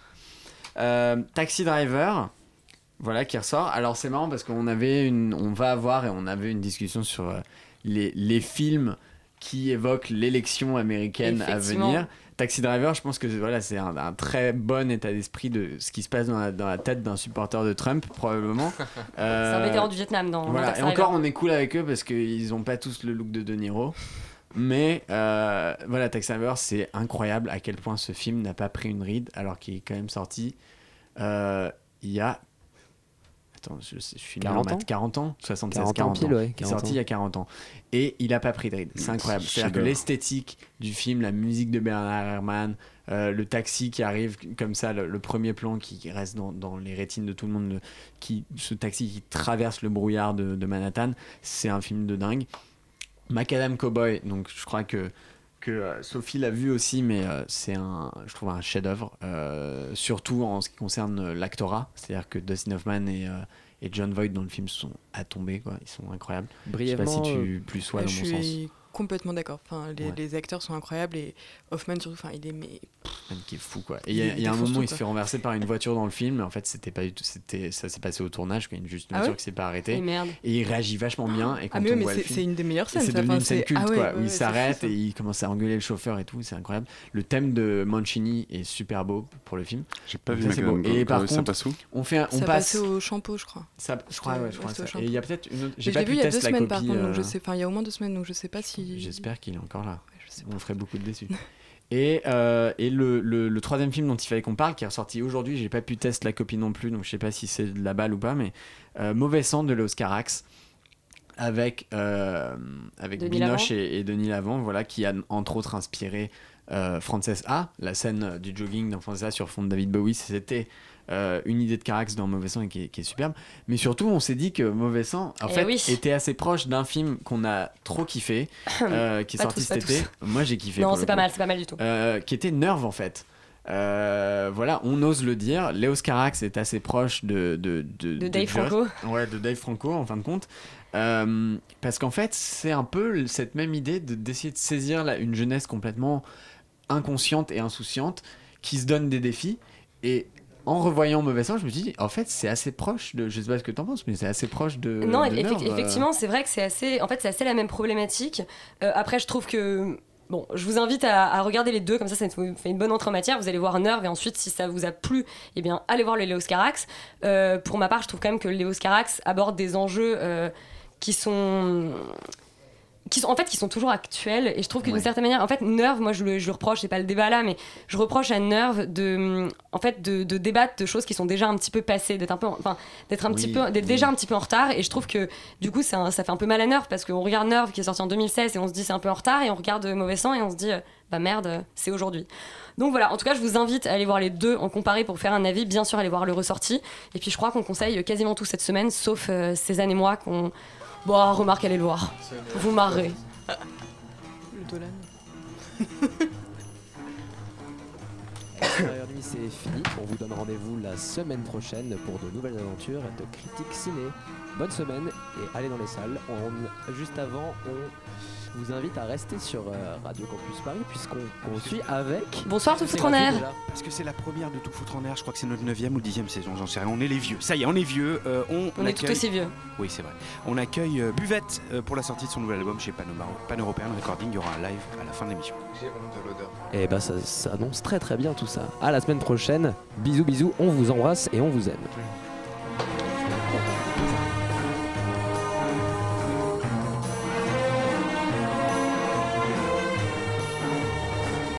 Euh, Taxi Driver, voilà, qui ressort. Alors c'est marrant parce qu'on avait une, on va avoir et on avait une discussion sur euh, les, les films qui évoquent l'élection américaine à venir. Taxi Driver, je pense que voilà, c'est un, un très bon état d'esprit de ce qui se passe dans la, dans la tête d'un supporter de Trump, probablement. euh, c'est un vétéran du Vietnam dans, voilà. dans Taxi Et encore, Driver. on est cool avec eux parce qu'ils n'ont pas tous le look de De Niro. Mais euh, voilà, Taxi Driver, c'est incroyable à quel point ce film n'a pas pris une ride alors qu'il est quand même sorti euh, il y a... Attends, je, je suis quarante ans, quarante ans, soixante-seize, quarante quarante ans. Pile, ouais, il est sorti il y a quarante ans. Et il n'a pas pris de ride. C'est incroyable. C'est-à-dire que l'esthétique du film, la musique de Bernard Herrmann, euh, le taxi qui arrive comme ça, le, le premier plan qui reste dans, dans les rétines de tout le monde, le, qui, ce taxi qui traverse le brouillard de, de Manhattan, c'est un film de dingue. Macadam Cowboy, donc je crois que que euh, Sophie l'a vu aussi, mais euh, c'est un, je trouve un chef-d'œuvre, euh, surtout en ce qui concerne l'actorat, c'est-à-dire que Dustin Hoffman et, euh, et John Voight dans le film sont à tomber, quoi. Ils sont incroyables. Brièvement, je sais pas si tu plus sois euh, dans mon sens. Je suis complètement d'accord. Enfin, les, Ouais. les acteurs sont incroyables et Hoffman surtout. Enfin, il est mais. Hoffman qui est fou, quoi. Et il y a, y a un moment où il se fait renverser par une voiture dans le film, mais en fait c'était pas du tout, c'était, ça s'est passé au tournage, quoi. Une juste une Ah voiture ouais qui s'est pas arrêtée. Et merde. Et il réagit vachement bien. Et quand Ah mais, on mais voit c'est, le film, c'est une des meilleures scènes. c'est ça. devenu Enfin, une scène c'est- culte, ah ouais, quoi, ouais, où ouais, il c'est s'arrête fou, ça. et il commence à engueuler le chauffeur et tout, c'est incroyable. Le thème de Mancini est super beau pour le film. J'ai pas Donc vu ça, c'est Macadam beau. Et Cowboy, par ça contre, passe où on fait, un- on Ça passe. passait au Champeau, je crois. Ça, je crois, ouais, je crois Ouais, ça. c'est au Et il y a peut-être une autre. Mais J'ai je pas l'ai pu vu il y a deux tester la semaines par copie. contre, donc je euh, sais. Enfin, il y a au moins deux semaines, donc je sais pas si. J'espère qu'il est encore là. Je sais On ferait beaucoup de déçus. Et, euh, et le, le, le troisième film dont il fallait qu'on parle, qui est ressorti aujourd'hui, j'ai pas pu tester la copie non plus, donc je sais pas si c'est de la balle ou pas, mais euh, Mauvais sang de Léos Carax, avec, euh, avec Denis Binoche Lavant. et, et Denis Lavant, voilà, qui a entre autres inspiré euh, Frances A, la scène du jogging dans Frances A sur fond de David Bowie, c'était euh, une idée de Carax dans Mauvais sang et qui est, qui est superbe. Mais surtout, on s'est dit que Mauvais sang, en Eh fait, oui. était assez proche d'un film qu'on a trop kiffé, euh, qui est Pas sorti tous, pas cet été. tous. Moi, j'ai kiffé. Non, pour c'est le pas coup. mal, c'est pas mal du tout. Euh, qui était Nerve en fait. Euh, voilà, on ose le dire. Léos Carax est assez proche de de, de, De Dave Just. Franco. Ouais, de Dave Franco en fin de compte. Euh, parce qu'en fait, c'est un peu cette même idée de, d'essayer de saisir la- une jeunesse complètement inconsciente et insouciante qui se donne des défis. Et en revoyant Mauvais sang, je me suis dit, en fait, c'est assez proche de. Je sais pas ce que t'en penses, mais c'est assez proche de. Non, de effe- Nerve, euh. effectivement, c'est vrai que c'est assez. En fait, c'est assez la même problématique. Euh, après, je trouve que. Bon, je vous invite à, à regarder les deux, comme ça, ça vous fait une bonne entrée en matière. Vous allez voir Nerve, et ensuite, si ça vous a plu, eh bien, allez voir le Léos Carax. Euh, pour ma part, je trouve quand même que le Léos Carax aborde des enjeux euh, qui sont. Qui sont, en fait, qui sont toujours actuels, et je trouve que d'une certaine manière, en fait, Nerve, moi je le, je le reproche, c'est pas le débat là, mais je reproche à Nerve de, en fait, de, de débattre de choses qui sont déjà un petit peu passées, d'être un peu, en- enfin, d'être un Oui, petit peu, d'être oui. déjà un petit peu en retard, et je trouve que du coup, c'est un- ça fait un peu mal à Nerve parce qu'on regarde Nerve qui est sorti en deux mille seize et on se dit c'est un peu en retard, et on regarde Mauvais sang et on se dit euh, bah merde, euh, c'est aujourd'hui. Donc voilà, en tout cas, je vous invite à aller voir les deux en comparé pour faire un avis. Bien sûr, allez voir le ressorti, et puis je crois qu'on conseille quasiment tout cette semaine, sauf euh, Cézanne et moi qu'on, bon, remarque, allez le voir, vous marrez. Le Dolan. Extérieur Nuit, c'est fini. On vous donne rendez-vous la semaine prochaine pour de nouvelles aventures de critiques ciné. Bonne semaine et allez dans les salles. On, juste avant, on vous invite à rester sur euh, Radio Campus Paris puisqu'on on suit avec... Bonsoir Tout C'est foutre en gratuit, air. déjà. Parce que c'est la première de Tout foutre en air, je crois que c'est notre neuvième ou dixième saison, j'en sais rien. On est les vieux, ça y est, on est vieux. euh, on On est accueille... tout aussi vieux. Oui, c'est vrai. On accueille euh, Buvette euh, pour la sortie de son nouvel album chez Pan-Européen Recording. Il y aura un live à la fin de l'émission. J'ai honte de l'odeur. Et bah ça, ça annonce très très bien tout ça. À la semaine prochaine. Bisous bisous, on vous embrasse et on vous aime.